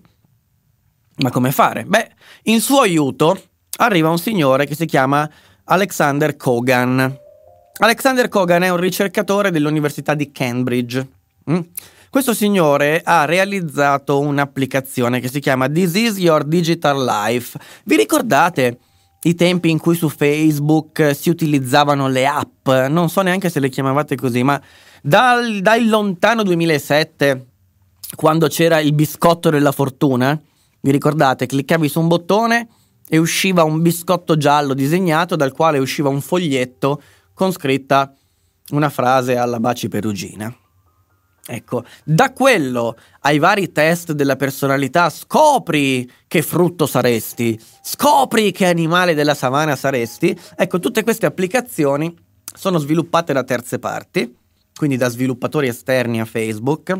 Ma come fare? Beh, in suo aiuto arriva un signore che si chiama Alexander Kogan. Alexander Kogan è un ricercatore dell'Università di Cambridge. Mm? Questo signore ha realizzato un'applicazione che si chiama This is Your Digital Life. Vi ricordate i tempi in cui su Facebook si utilizzavano le app? Non so neanche se le chiamavate così, ma dal, dal lontano duemilasette, quando c'era il biscotto della fortuna, vi ricordate? Cliccavi su un bottone e usciva un biscotto giallo disegnato dal quale usciva un foglietto con scritta una frase alla Baci Perugina. Ecco, da quello ai vari test della personalità, scopri che frutto saresti, scopri che animale della savana saresti. Ecco, tutte queste applicazioni sono sviluppate da terze parti, quindi da sviluppatori esterni a Facebook,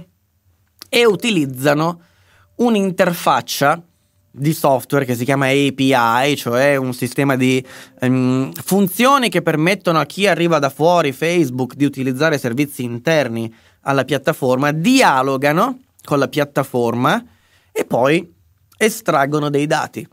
e utilizzano un'interfaccia di software che si chiama A P I, cioè un sistema di um, funzioni che permettono a chi arriva da fuori Facebook di utilizzare servizi interni alla piattaforma, dialogano con la piattaforma e poi estraggono dei dati.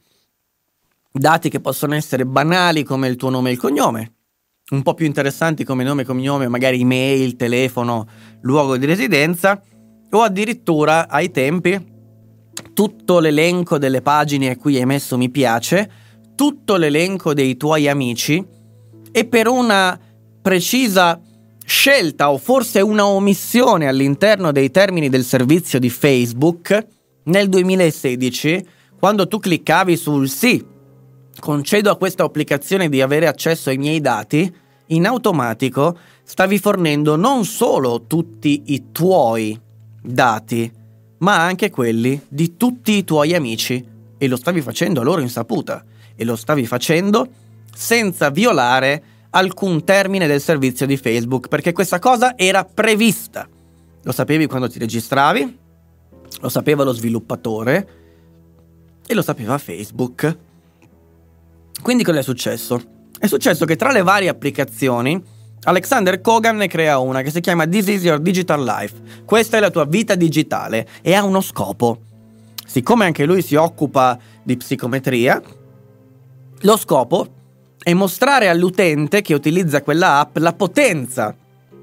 Dati che possono essere banali come il tuo nome e il cognome, un po' più interessanti come nome e cognome, magari email, telefono, luogo di residenza, o addirittura ai tempi tutto l'elenco delle pagine a cui hai messo mi piace, tutto l'elenco dei tuoi amici, e per una precisa scelta o forse una omissione all'interno dei termini del servizio di Facebook, nel duemilasedici, quando tu cliccavi sul sì, concedo a questa applicazione di avere accesso ai miei dati, in automatico stavi fornendo non solo tutti i tuoi dati, ma anche quelli di tutti i tuoi amici, e lo stavi facendo a loro insaputa, e lo stavi facendo senza violare alcun termine del servizio di Facebook, perché questa cosa era prevista. Lo sapevi quando ti registravi, lo sapeva lo sviluppatore e lo sapeva Facebook. Quindi cosa è successo? È successo che tra le varie applicazioni Alexander Kogan ne crea una che si chiama This is Your Digital Life. Questa è la tua vita digitale e ha uno scopo. Siccome anche lui si occupa di psicometria, lo scopo è mostrare all'utente che utilizza quella app la potenza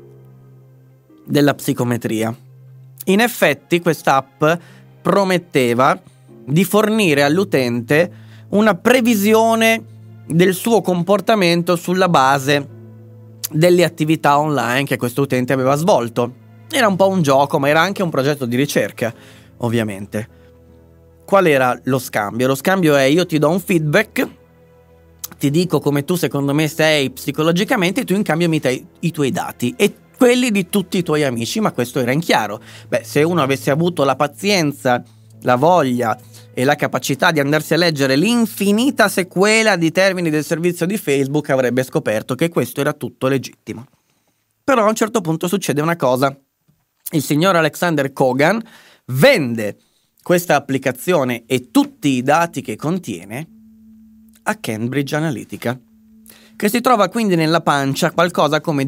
della psicometria. In effetti questa app prometteva di fornire all'utente una previsione del suo comportamento sulla base delle attività online che questo utente aveva svolto. Era un po' un gioco, ma era anche un progetto di ricerca, ovviamente. Qual era lo scambio? Lo scambio è: io ti do un feedback, ti dico come tu secondo me sei psicologicamente, e tu in cambio mi dai i tuoi dati e quelli di tutti i tuoi amici. Ma questo era in chiaro. Beh, se uno avesse avuto la pazienza, la voglia e la capacità di andarsi a leggere l'infinita sequela di termini del servizio di Facebook, avrebbe scoperto che questo era tutto legittimo. Però a un certo punto succede una cosa. Il signor Alexander Kogan vende questa applicazione e tutti i dati che contiene a Cambridge Analytica, che si trova quindi nella pancia qualcosa come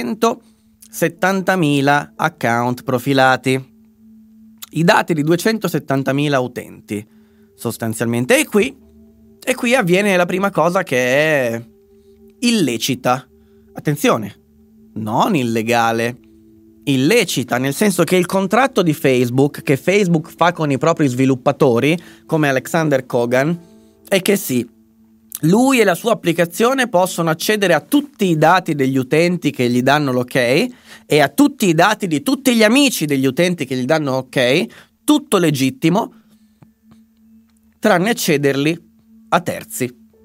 duecentosettantamila account profilati. I dati di duecentosettantamila utenti, sostanzialmente. E qui, e qui avviene la prima cosa, che è illecita. Attenzione, non illegale, illecita, nel senso che il contratto di Facebook, che Facebook fa con i propri sviluppatori, come Alexander Kogan, è che sì, lui e la sua applicazione possono accedere a tutti i dati degli utenti che gli danno l'ok e a tutti i dati di tutti gli amici degli utenti che gli danno ok, tutto legittimo, tranne cederli a terzi.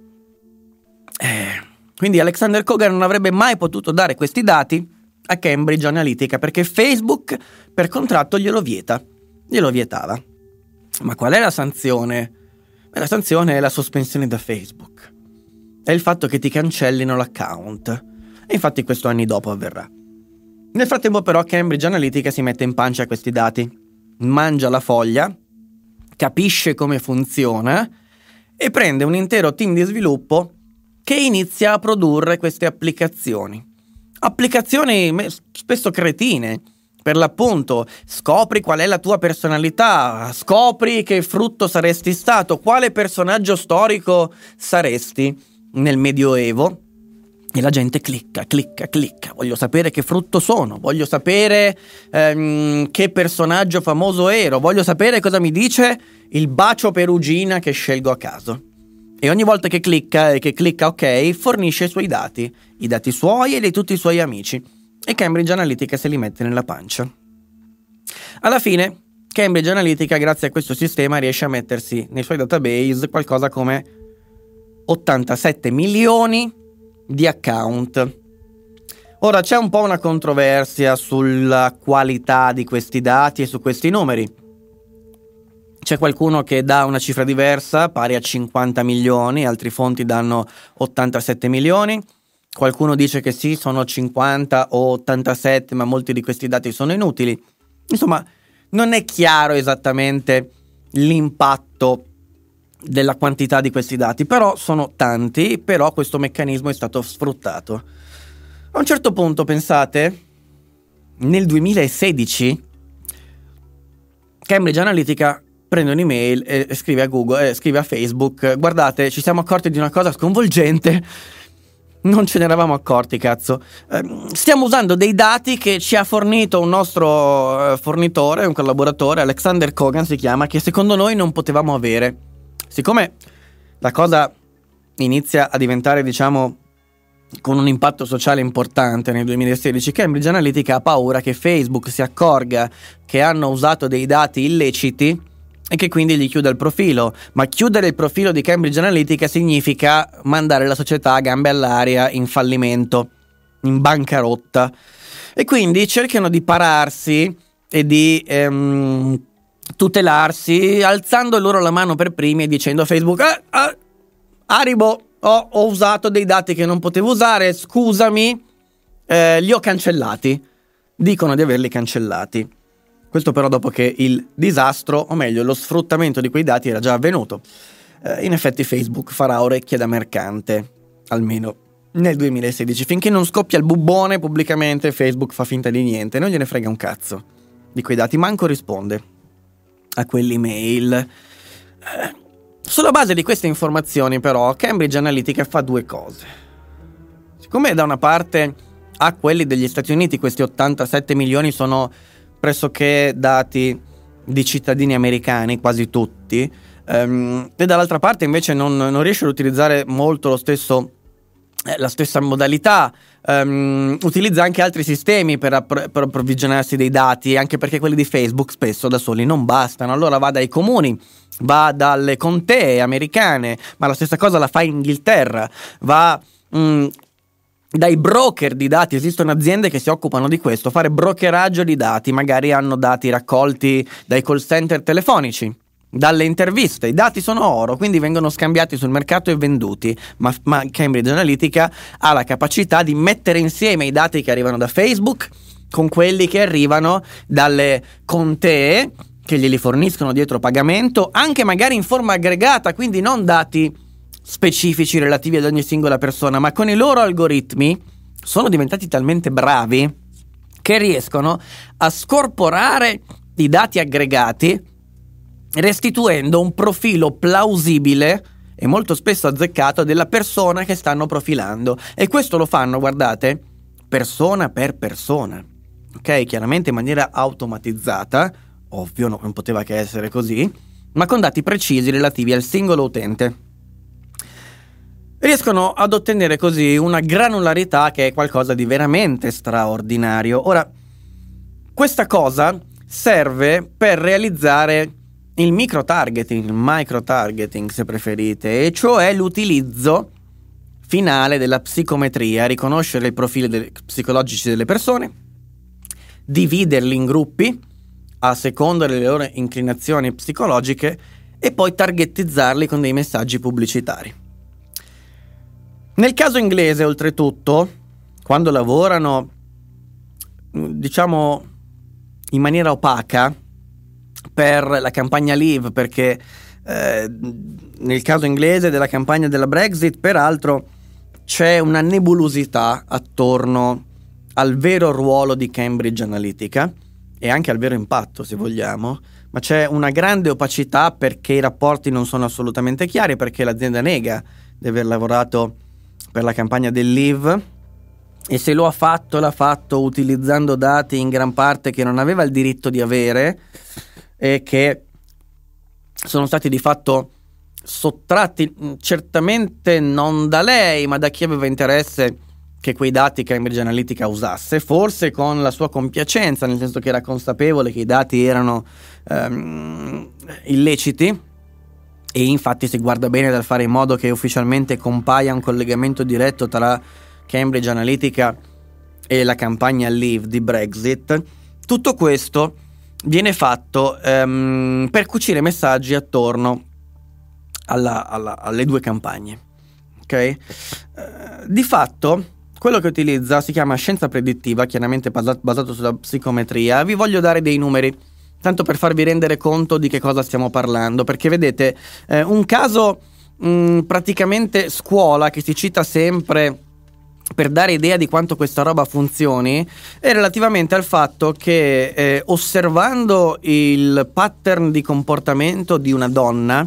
Eh, quindi Alexander Kogan non avrebbe mai potuto dare questi dati a Cambridge Analytica perché Facebook per contratto glielo vieta, glielo vietava. Ma qual è la sanzione? Beh, la sanzione è la sospensione da Facebook. È il fatto che ti cancellino l'account. E infatti questo anni dopo avverrà. Nel frattempo però Cambridge Analytica si mette in pancia questi dati, mangia la foglia, capisce come funziona e prende un intero team di sviluppo che inizia a produrre queste applicazioni. Applicazioni spesso cretine, per l'appunto. Scopri qual è la tua personalità, scopri che frutto saresti stato, quale personaggio storico saresti nel Medioevo. E la gente clicca, clicca, clicca. Voglio sapere che frutto sono, voglio sapere ehm, che personaggio famoso ero, voglio sapere cosa mi dice il bacio perugina che scelgo a caso. E ogni volta che clicca e che clicca ok, fornisce i suoi dati, i dati suoi e di tutti i suoi amici. E Cambridge Analytica se li mette nella pancia. Alla fine, Cambridge Analytica, grazie a questo sistema, riesce a mettersi nei suoi database qualcosa come ottantasette milioni di account. Ora c'è un po' una controversia sulla qualità di questi dati e su questi numeri. C'è qualcuno che dà una cifra diversa, pari a cinquanta milioni, altre fonti danno ottantasette milioni. Qualcuno dice che sì, sono cinquanta o ottantasette, ma molti di questi dati sono inutili. Insomma, non è chiaro esattamente l'impatto della quantità di questi dati, però sono tanti, però questo meccanismo è stato sfruttato. A un certo punto, pensate, nel duemilasedici, Cambridge Analytica prende un'email e scrive a Google, eh, scrive a Facebook: guardate, ci siamo accorti di una cosa sconvolgente. Non ce ne eravamo accorti, cazzo. Eh, stiamo usando dei dati che ci ha fornito un nostro eh, fornitore, un collaboratore, Alexander Kogan si chiama, che secondo noi non potevamo avere. Siccome la cosa inizia a diventare, diciamo, con un impatto sociale importante nel duemilasedici, Cambridge Analytica ha paura che Facebook si accorga che hanno usato dei dati illeciti e che quindi gli chiuda il profilo. Ma chiudere il profilo di Cambridge Analytica significa mandare la società a gambe all'aria, in fallimento, in bancarotta. E quindi cercano di pararsi e di ehm, tutelarsi, alzando loro la mano per primi e dicendo a Facebook: eh, eh, Aribo, ho, ho usato dei dati che non potevo usare, scusami, eh, li ho cancellati. Dicono di averli cancellati. Questo però dopo che il disastro, o meglio lo sfruttamento di quei dati era già avvenuto. Eh, in effetti Facebook farà orecchie da mercante, almeno nel duemilasedici. Finché non scoppia il bubbone pubblicamente, Facebook fa finta di niente, non gliene frega un cazzo di quei dati, manco risponde a quell'email. Eh, sulla base di queste informazioni però Cambridge Analytica fa due cose. Siccome da una parte a quelli degli Stati Uniti questi ottantasette milioni sono pressoché dati di cittadini americani, quasi tutti, um, e dall'altra parte invece non, non riesce ad utilizzare molto lo stesso, eh, la stessa modalità, um, utilizza anche altri sistemi per, appro- per approvvigionarsi dei dati, anche perché quelli di Facebook spesso da soli non bastano, allora va dai comuni, va dalle contee americane, ma la stessa cosa la fa in Inghilterra, va um, dai broker di dati. Esistono aziende che si occupano di questo, fare brokeraggio di dati, magari hanno dati raccolti dai call center telefonici, dalle interviste. I dati sono oro, quindi vengono scambiati sul mercato e venduti, ma, ma Cambridge Analytica ha la capacità di mettere insieme i dati che arrivano da Facebook con quelli che arrivano dalle contee che glieli forniscono dietro pagamento, anche magari in forma aggregata, quindi non dati specifici relativi ad ogni singola persona, ma con i loro algoritmi sono diventati talmente bravi che riescono a scorporare i dati aggregati, restituendo un profilo plausibile e molto spesso azzeccato della persona che stanno profilando. E questo lo fanno, guardate, persona per persona, ok? Chiaramente in maniera automatizzata, ovvio, no, non poteva che essere così, ma con dati precisi relativi al singolo utente. Riescono ad ottenere così una granularità che è qualcosa di veramente straordinario. Ora, questa cosa serve per realizzare il micro-targeting, il micro-targeting se preferite, e cioè l'utilizzo finale della psicometria, riconoscere i profili de- psicologici delle persone, dividerli in gruppi a seconda delle loro inclinazioni psicologiche e poi targetizzarli con dei messaggi pubblicitari. Nel caso inglese, oltretutto, quando lavorano, diciamo, in maniera opaca per la campagna Leave, perché eh, nel caso inglese della campagna della Brexit, peraltro, c'è una nebulosità attorno al vero ruolo di Cambridge Analytica e anche al vero impatto, se vogliamo, ma c'è una grande opacità perché i rapporti non sono assolutamente chiari, perché l'azienda nega di aver lavorato per la campagna del Leave, e se lo ha fatto, l'ha fatto utilizzando dati in gran parte che non aveva il diritto di avere e che sono stati di fatto sottratti, certamente non da lei, ma da chi aveva interesse che quei dati Cambridge Analytica usasse, forse con la sua compiacenza, nel senso che era consapevole che i dati erano um, illeciti, e infatti si guarda bene dal fare in modo che ufficialmente compaia un collegamento diretto tra Cambridge Analytica e la campagna Leave di Brexit. Tutto questo viene fatto um, per cucire messaggi attorno alla, alla, alle due campagne, ok? Uh, di fatto quello che utilizza si chiama scienza predittiva, chiaramente basato, basato sulla psicometria. Vi voglio dare dei numeri, tanto per farvi rendere conto di che cosa stiamo parlando, perché vedete, eh, un caso mh, praticamente scuola che si cita sempre per dare idea di quanto questa roba funzioni è relativamente al fatto che eh, osservando il pattern di comportamento di una donna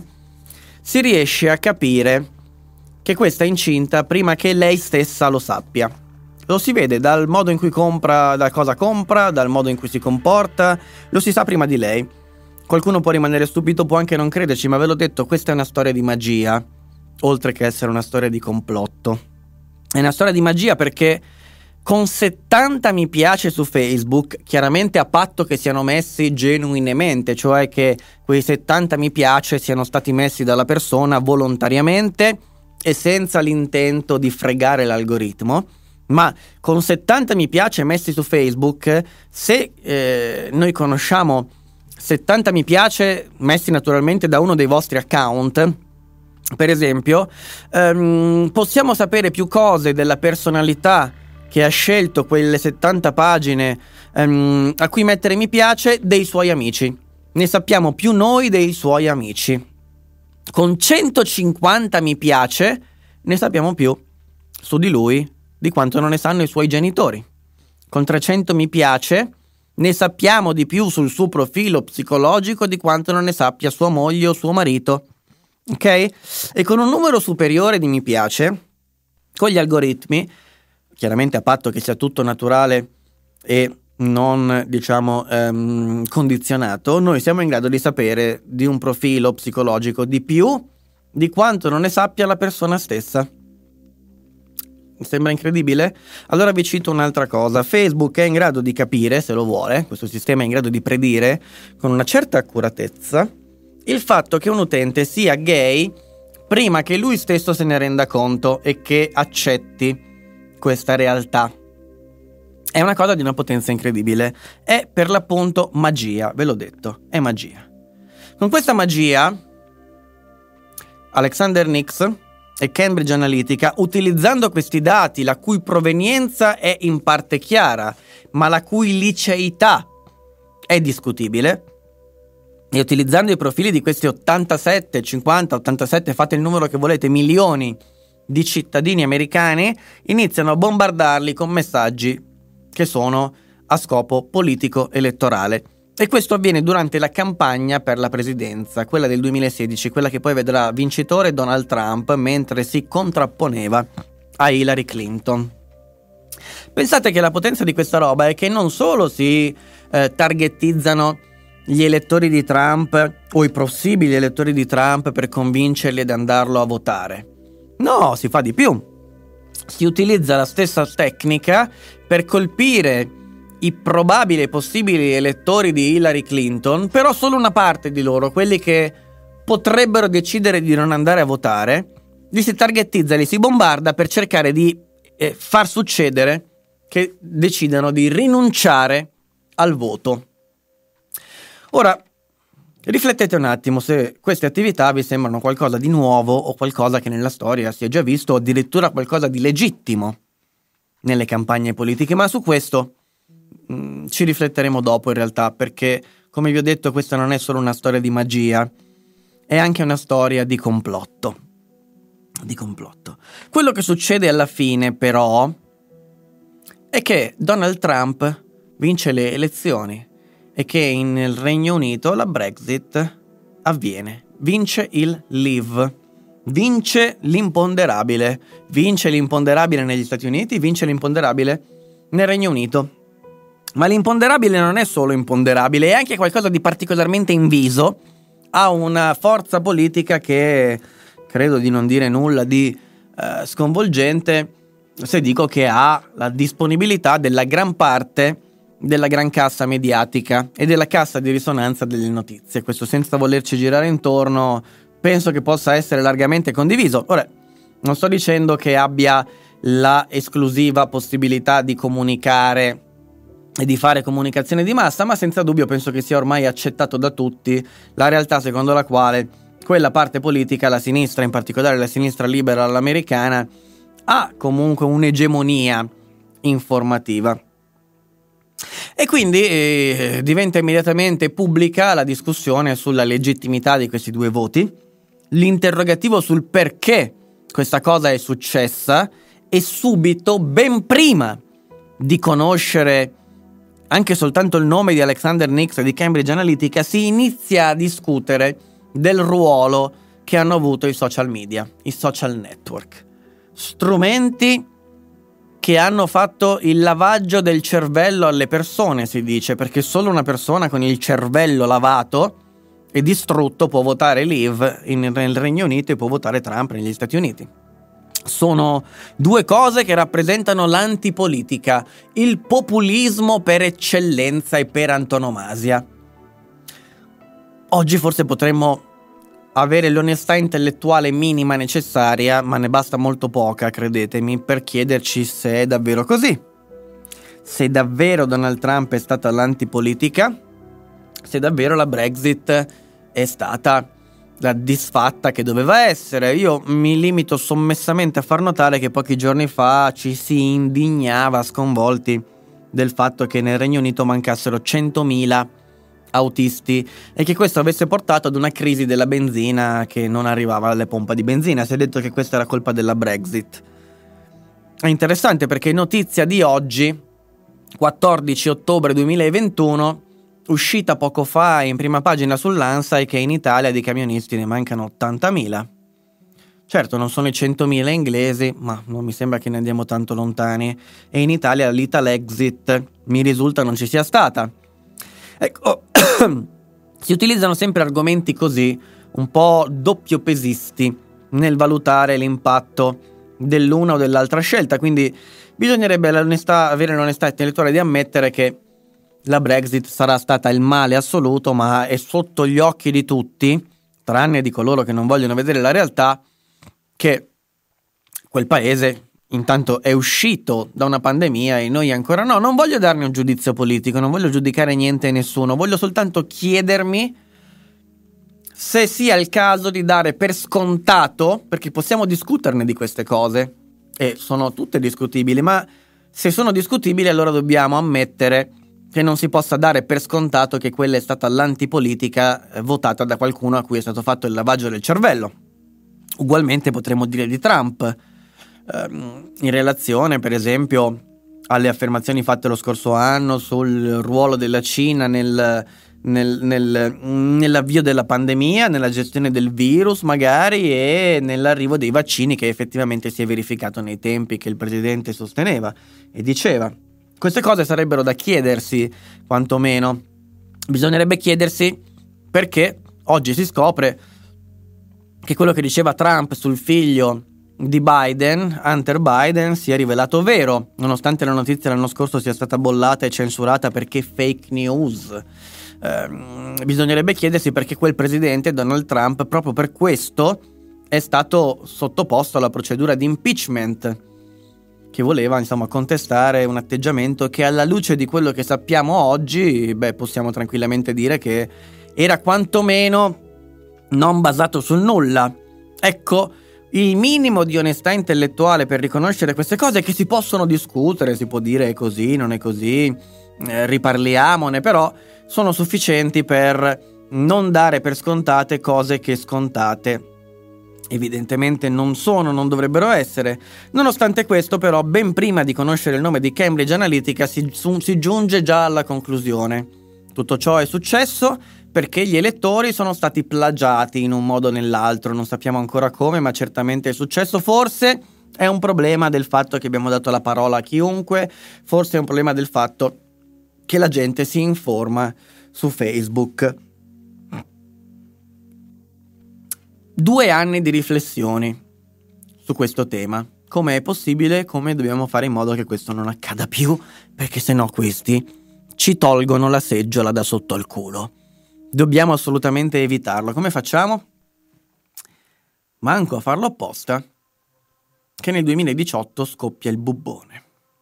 si riesce a capire che questa è incinta prima che lei stessa lo sappia. Lo si vede dal modo in cui compra, da cosa compra, dal modo in cui si comporta, lo si sa prima di lei. Qualcuno può rimanere stupito, può anche non crederci, ma ve l'ho detto, questa è una storia di magia, oltre che essere una storia di complotto. È una storia di magia perché con settanta mi piace su Facebook, chiaramente a patto che siano messi genuinamente, cioè che quei settanta mi piace siano stati messi dalla persona volontariamente e senza l'intento di fregare l'algoritmo, ma con settanta mi piace messi su Facebook, se eh, noi conosciamo settanta mi piace messi naturalmente da uno dei vostri account, per esempio, ehm, possiamo sapere più cose della personalità che ha scelto quelle settanta pagine ehm, a cui mettere mi piace dei suoi amici. Ne sappiamo più noi dei suoi amici. Con centocinquanta mi piace ne sappiamo più su di lui di quanto non ne sanno i suoi genitori. Con trecento mi piace ne sappiamo di più sul suo profilo psicologico di quanto non ne sappia sua moglie o suo marito. Ok? E con un numero superiore di mi piace, con gli algoritmi, chiaramente a patto che sia tutto naturale e non, diciamo, ehm, condizionato, noi siamo in grado di sapere di un profilo psicologico di più di quanto non ne sappia la persona stessa. Mi sembra incredibile? Allora vi cito un'altra cosa. Facebook è in grado di capire, se lo vuole, questo sistema è in grado di predire con una certa accuratezza il fatto che un utente sia gay prima che lui stesso se ne renda conto e che accetti questa realtà. È una cosa di una potenza incredibile. È per l'appunto magia, ve l'ho detto, è magia. Con questa magia Alexander Nix e Cambridge Analytica, utilizzando questi dati la cui provenienza è in parte chiara, ma la cui liceità è discutibile, e utilizzando i profili di questi ottantasette, cinquanta, ottantasette, fate il numero che volete, milioni di cittadini americani, iniziano a bombardarli con messaggi che sono a scopo politico-elettorale. E questo avviene durante la campagna per la presidenza, quella del duemilasedici, quella che poi vedrà vincitore Donald Trump mentre si contrapponeva a Hillary Clinton. Pensate che la potenza di questa roba è che non solo si eh, targetizzano gli elettori di Trump o i possibili elettori di Trump per convincerli ad andarlo a votare. No, si fa di più. Si utilizza la stessa tecnica per colpire i probabili e possibili elettori di Hillary Clinton, però solo una parte di loro, quelli che potrebbero decidere di non andare a votare, li si targetizza, li si bombarda per cercare di eh, far succedere che decidano di rinunciare al voto. Ora, riflettete un attimo se queste attività vi sembrano qualcosa di nuovo o qualcosa che nella storia si è già visto o addirittura qualcosa di legittimo. nelle campagne politiche, ma su questo mh, ci rifletteremo dopo in realtà, perché come vi ho detto questa non è solo una storia di magia, è anche una storia di complotto. Di complotto. Quello che succede alla fine però è che Donald Trump vince le elezioni e che in- nel Regno Unito la Brexit avviene. Vince il Leave, vince l'imponderabile, vince l'imponderabile negli Stati Uniti, vince l'imponderabile nel Regno Unito. Ma l'imponderabile non è solo imponderabile, è anche qualcosa di particolarmente inviso, ha una forza politica che credo di non dire nulla di eh, sconvolgente se dico che ha la disponibilità della gran parte della gran cassa mediatica e della cassa di risonanza delle notizie. Questo senza volerci girare intorno, penso che possa essere largamente condiviso. Ora, non sto dicendo che abbia la esclusiva possibilità di comunicare e di fare comunicazione di massa, ma senza dubbio penso che sia ormai accettato da tutti la realtà secondo la quale quella parte politica, la sinistra, in particolare la sinistra liberal americana, ha comunque un'egemonia informativa. E quindi eh, diventa immediatamente pubblica la discussione sulla legittimità di questi due voti, l'interrogativo sul perché questa cosa è successa, e subito, ben prima di conoscere anche soltanto il nome di Alexander Nix e di Cambridge Analytica, si inizia a discutere del ruolo che hanno avuto i social media, i social network. Strumenti che hanno fatto il lavaggio del cervello alle persone, si dice, perché solo una persona con il cervello lavato e distrutto può votare Leave in, nel Regno Unito e può votare Trump negli Stati Uniti. Sono due cose che rappresentano l'antipolitica, il populismo per eccellenza e per antonomasia. Oggi forse potremmo avere l'onestà intellettuale minima necessaria, ma ne basta molto poca, credetemi, per chiederci se è davvero così. Se davvero Donald Trump è stata l'antipolitica, se davvero la Brexit è stata la disfatta che doveva essere. Io mi limito sommessamente a far notare che pochi giorni fa ci si indignava sconvolti del fatto che nel Regno Unito mancassero centomila autisti e che questo avesse portato ad una crisi della benzina che non arrivava alle pompe di benzina. Si è detto che questa era colpa della Brexit. È interessante perché notizia di oggi, quattordici ottobre duemilaventuno, uscita poco fa in prima pagina sull'Ansa, è che in Italia di camionisti ne mancano ottantamila. Certo, non sono i centomila inglesi, ma non mi sembra che ne andiamo tanto lontani. E in Italia l'Italexit mi risulta non ci sia stata. Ecco, si utilizzano sempre argomenti così, un po' doppiopesisti, nel valutare l'impatto dell'una o dell'altra scelta. Quindi bisognerebbe l'onestà, avere l'onestà intellettuale di ammettere che la Brexit sarà stata il male assoluto, ma è sotto gli occhi di tutti, tranne di coloro che non vogliono vedere la realtà, che quel paese intanto è uscito da una pandemia e noi ancora no. Non voglio darne un giudizio politico, non voglio giudicare niente e nessuno, voglio soltanto chiedermi se sia il caso di dare per scontato, perché possiamo discuterne di queste cose, e sono tutte discutibili, ma se sono discutibili allora dobbiamo ammettere che non si possa dare per scontato che quella è stata l'antipolitica eh, votata da qualcuno a cui è stato fatto il lavaggio del cervello. Ugualmente potremmo dire di Trump, ehm, in relazione per esempio alle affermazioni fatte lo scorso anno sul ruolo della Cina nel, nel, nel, nell'avvio della pandemia, nella gestione del virus magari, e nell'arrivo dei vaccini, che effettivamente si è verificato nei tempi che il presidente sosteneva e diceva. Queste cose sarebbero da chiedersi, quantomeno. Bisognerebbe chiedersi perché oggi si scopre che quello che diceva Trump sul figlio di Biden, Hunter Biden, si è rivelato vero, nonostante la notizia l'anno scorso sia stata bollata e censurata perché fake news. Eh, bisognerebbe chiedersi perché quel presidente, Donald Trump, proprio per questo è stato sottoposto alla procedura di impeachment, che voleva insomma contestare un atteggiamento che, alla luce di quello che sappiamo oggi, beh, possiamo tranquillamente dire che era quantomeno non basato sul nulla. Ecco il minimo di onestà intellettuale per riconoscere queste cose che si possono discutere, si può dire è così, non è così, eh, riparliamone, però sono sufficienti per non dare per scontate cose che scontate evidentemente non sono, non dovrebbero essere. Nonostante questo, però, ben prima di conoscere il nome di Cambridge Analytica si, si giunge già alla conclusione. Tutto ciò è successo perché gli elettori sono stati plagiati in un modo o nell'altro, non sappiamo ancora come, ma certamente è successo. Forse è un problema del fatto che abbiamo dato la parola a chiunque, forse è un problema del fatto che la gente si informa su Facebook. Due anni di riflessioni su questo tema. Come è possibile? Come dobbiamo fare in modo che questo non accada più? Perché sennò questi ci tolgono la seggiola da sotto al culo. Dobbiamo assolutamente evitarlo. Come facciamo? Manco a farlo apposta che nel duemiladiciotto scoppia il bubbone.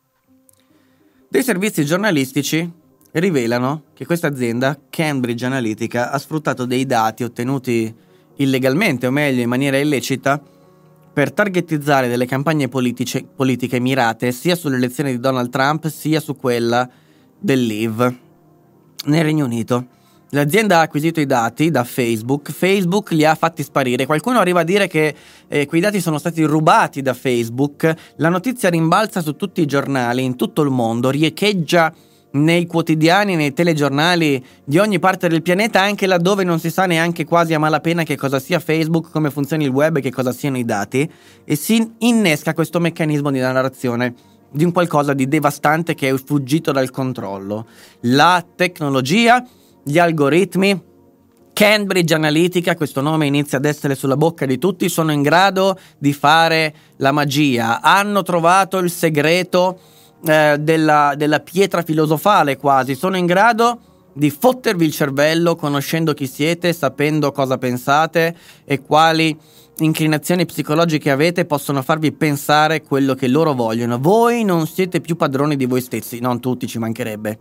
Dei servizi giornalistici rivelano che questa azienda, Cambridge Analytica, ha sfruttato dei dati ottenuti illegalmente, o meglio in maniera illecita, per targetizzare delle campagne politiche, politiche mirate sia sulle elezioni di Donald Trump sia su quella del Leave nel Regno Unito. L'azienda ha acquisito i dati da Facebook, Facebook li ha fatti sparire. Qualcuno arriva a dire che eh, quei dati sono stati rubati da Facebook. La notizia rimbalza su tutti i giornali in tutto il mondo, riecheggia nei quotidiani, nei telegiornali di ogni parte del pianeta, anche laddove non si sa neanche quasi a malapena che cosa sia Facebook, come funzioni il web e che cosa siano i dati, e si innesca questo meccanismo di narrazione di un qualcosa di devastante che è fuggito dal controllo. La tecnologia, gli algoritmi, Cambridge Analytica, questo nome inizia ad essere sulla bocca di tutti, sono in grado di fare la magia, hanno trovato il segreto Eh, della, della pietra filosofale quasi, sono in grado di fottervi il cervello conoscendo chi siete, sapendo cosa pensate e quali inclinazioni psicologiche avete, possono farvi pensare quello che loro vogliono. Voi non siete più padroni di voi stessi, non tutti, ci mancherebbe,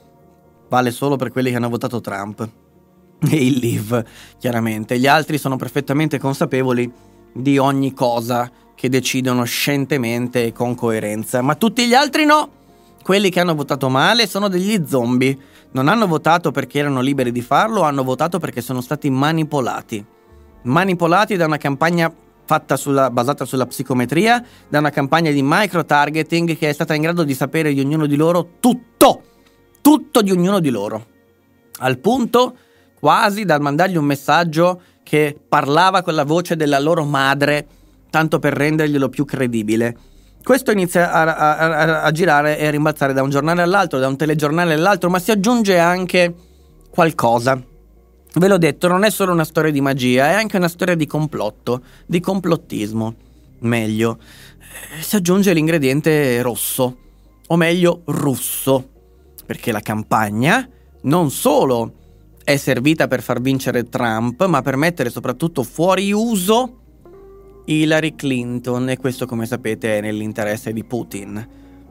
vale solo per quelli che hanno votato Trump e il Leave, chiaramente. Gli altri sono perfettamente consapevoli di ogni cosa che decidono scientemente e con coerenza, ma tutti gli altri no. Quelli che hanno votato male sono degli zombie, non hanno votato perché erano liberi di farlo, hanno votato perché sono stati manipolati manipolati da una campagna fatta sulla, basata sulla psicometria, da una campagna di micro-targeting che è stata in grado di sapere di ognuno di loro tutto, tutto di ognuno di loro, al punto quasi da mandargli un messaggio che parlava con la voce della loro madre, tanto per renderglielo più credibile. Questo inizia a, a, a, a girare e a rimbalzare da un giornale all'altro, da un telegiornale all'altro, ma si aggiunge anche qualcosa. Ve l'ho detto, non è solo una storia di magia, è anche una storia di complotto, di complottismo. Meglio, si aggiunge l'ingrediente rosso, o meglio russo, perché la campagna non solo è servita per far vincere Trump, ma per mettere soprattutto fuori uso Hillary Clinton, e questo, come sapete, è nell'interesse di Putin.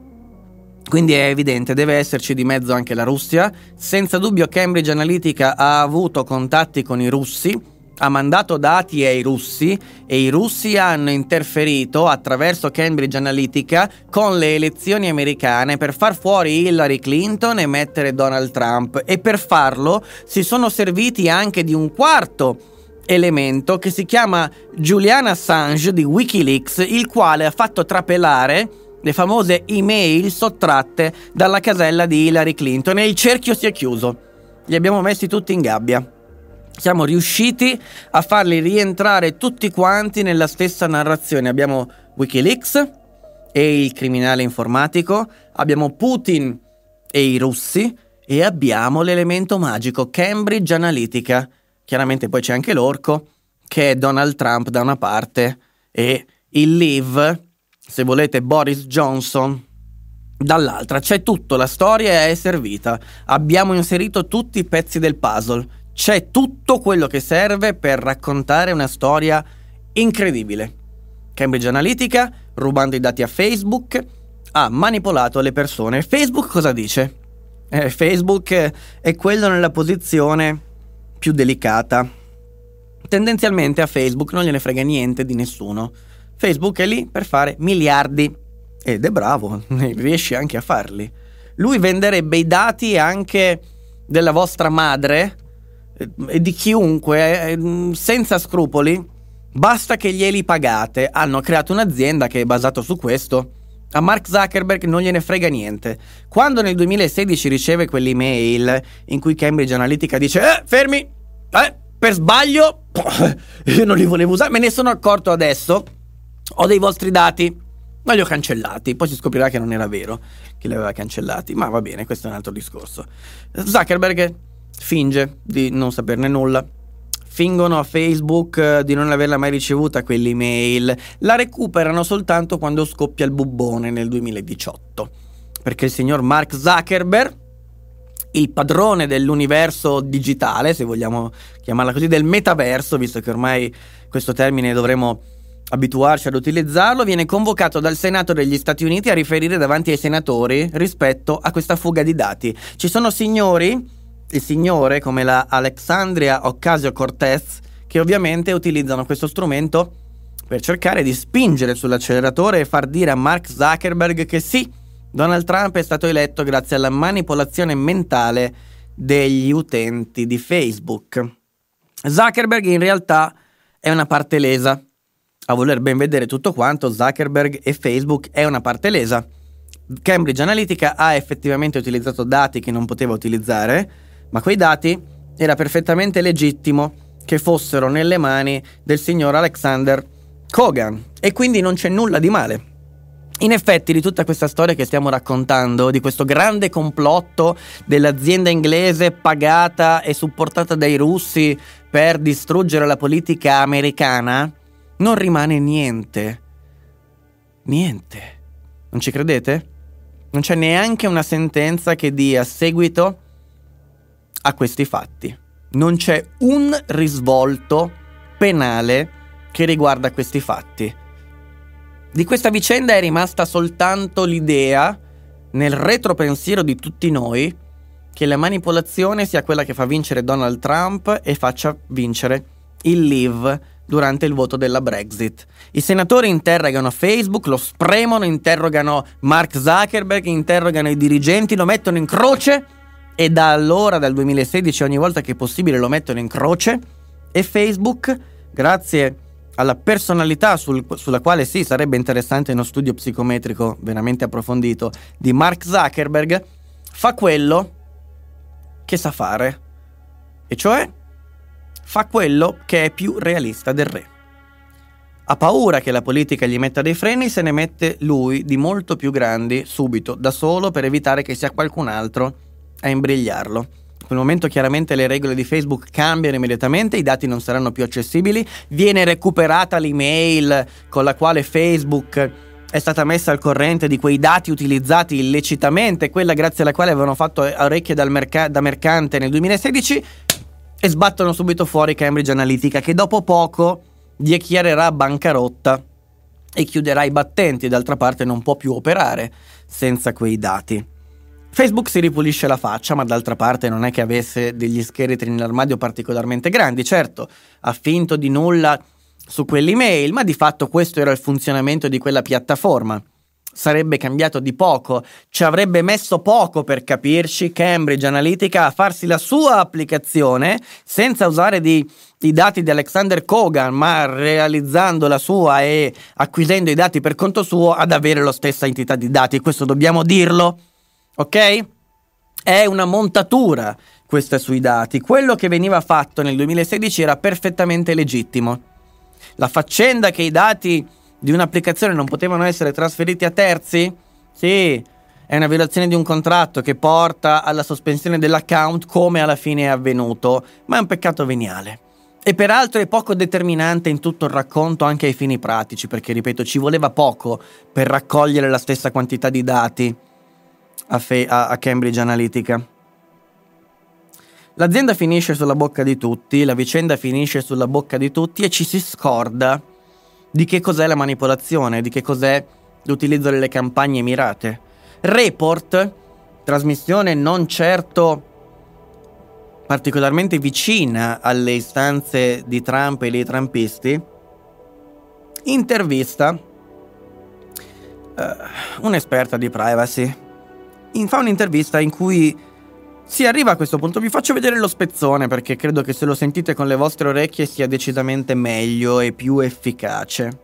Quindi è evidente, deve esserci di mezzo anche la Russia. Senza dubbio Cambridge Analytica ha avuto contatti con i russi, ha mandato dati ai russi e i russi hanno interferito attraverso Cambridge Analytica con le elezioni americane per far fuori Hillary Clinton e mettere Donald Trump, e per farlo si sono serviti anche di un quarto elemento che si chiama Julian Assange di Wikileaks, il quale ha fatto trapelare le famose email sottratte dalla casella di Hillary Clinton, e il cerchio si è chiuso. Li abbiamo messi tutti in gabbia. Siamo riusciti a farli rientrare tutti quanti nella stessa narrazione. Abbiamo Wikileaks e il criminale informatico, abbiamo Putin e i russi, e abbiamo l'elemento magico Cambridge Analytica. Chiaramente poi c'è anche l'orco, che è Donald Trump da una parte e il Leave, se volete Boris Johnson, dall'altra. C'è tutto, la storia è servita, abbiamo inserito tutti i pezzi del puzzle, c'è tutto quello che serve per raccontare una storia incredibile. Cambridge Analytica, rubando i dati a Facebook, ha manipolato le persone. Facebook cosa dice? Eh, Facebook è quello nella posizione più delicata, tendenzialmente a Facebook non gliene frega niente di nessuno. Facebook è lì per fare miliardi ed è bravo, riesce anche a farli. Lui venderebbe i dati anche della vostra madre e di chiunque senza scrupoli, basta che glieli pagate. Hanno creato un'azienda che è basata su questo. A Mark Zuckerberg non gliene frega niente. Quando nel duemilasedici riceve quell'email in cui Cambridge Analytica dice eh, fermi, eh, per sbaglio io non li volevo usare, me ne sono accorto adesso, ho dei vostri dati, ma li ho cancellati. Poi si scoprirà che non era vero che li aveva cancellati, ma va bene, questo è un altro discorso. Zuckerberg finge di non saperne nulla. Fingono a Facebook di non averla mai ricevuta quell'email, la recuperano soltanto quando scoppia il bubbone nel duemiladiciotto, perché il signor Mark Zuckerberg, il padrone dell'universo digitale, se vogliamo chiamarla così, del metaverso, visto che ormai questo termine dovremo abituarci ad utilizzarlo, viene convocato dal Senato degli Stati Uniti a riferire davanti ai senatori rispetto a questa fuga di dati. Ci sono signori, il signore come la Alexandria Ocasio-Cortez, che ovviamente utilizzano questo strumento per cercare di spingere sull'acceleratore e far dire a Mark Zuckerberg che sì, Donald Trump è stato eletto grazie alla manipolazione mentale degli utenti di Facebook. Zuckerberg in realtà è una parte lesa. A voler ben vedere tutto quanto, Zuckerberg e Facebook è una parte lesa. Cambridge Analytica ha effettivamente utilizzato dati che non poteva utilizzare, ma quei dati era perfettamente legittimo che fossero nelle mani del signor Alexander Kogan, e quindi non c'è nulla di male. In effetti, di tutta questa storia che stiamo raccontando, di questo grande complotto dell'azienda inglese pagata e supportata dai russi per distruggere la politica americana, non rimane niente. Niente. Non ci credete? Non c'è neanche una sentenza che dia seguito a questi fatti. Non c'è un risvolto penale che riguarda questi fatti. Di questa vicenda è rimasta soltanto l'idea, nel retropensiero di tutti noi, che la manipolazione sia quella che fa vincere Donald Trump e faccia vincere il Leave durante il voto della Brexit. I senatori interrogano Facebook, lo spremono, interrogano Mark Zuckerberg, interrogano i dirigenti, lo mettono in croce, e da allora, dal duemilasedici, ogni volta che è possibile lo mettono in croce, e Facebook, grazie alla personalità sul, sulla quale sì, sarebbe interessante uno studio psicometrico veramente approfondito di Mark Zuckerberg, fa quello che sa fare, e cioè fa quello che è più realista del re. Ha paura che la politica gli metta dei freni, se ne mette lui di molto più grandi subito, da solo, per evitare che sia qualcun altro a imbrigliarlo. In quel momento chiaramente le regole di Facebook cambiano immediatamente, i dati non saranno più accessibili, viene recuperata l'email con la quale Facebook è stata messa al corrente di quei dati utilizzati illecitamente, quella grazie alla quale avevano fatto orecchie dal merc- da mercante nel duemilasedici, e sbattono subito fuori Cambridge Analytica, che dopo poco dichiarerà bancarotta e chiuderà i battenti. D'altra parte non può più operare senza quei dati. Facebook si ripulisce la faccia, ma d'altra parte non è che avesse degli scheletri nell'armadio particolarmente grandi. Certo, ha finto di nulla su quell'email, ma di fatto questo era il funzionamento di quella piattaforma. Sarebbe cambiato di poco, ci avrebbe messo poco, per capirci, Cambridge Analytica a farsi la sua applicazione senza usare di, i dati di Alexander Kogan, ma realizzando la sua e acquisendo i dati per conto suo, ad avere la stessa entità di dati. Questo dobbiamo dirlo. Ok? È una montatura questa sui dati. Quello che veniva fatto nel duemilasedici era perfettamente legittimo. La faccenda che i dati di un'applicazione non potevano essere trasferiti a terzi? Sì, è una violazione di un contratto che porta alla sospensione dell'account, come alla fine è avvenuto, ma è un peccato veniale. E peraltro è poco determinante in tutto il racconto anche ai fini pratici, perché, ripeto, ci voleva poco per raccogliere la stessa quantità di dati A, fe- a Cambridge Analytica. L'azienda finisce sulla bocca di tutti, la vicenda finisce sulla bocca di tutti, e ci si scorda di che cos'è la manipolazione, di che cos'è l'utilizzo delle campagne mirate. Report, trasmissione non certo particolarmente vicina alle istanze di Trump e dei trumpisti, intervista uh, un'esperta di privacy. In, fa un'intervista in cui si arriva a questo punto. Vi faccio vedere lo spezzone perché credo che se lo sentite con le vostre orecchie sia decisamente meglio e più efficace.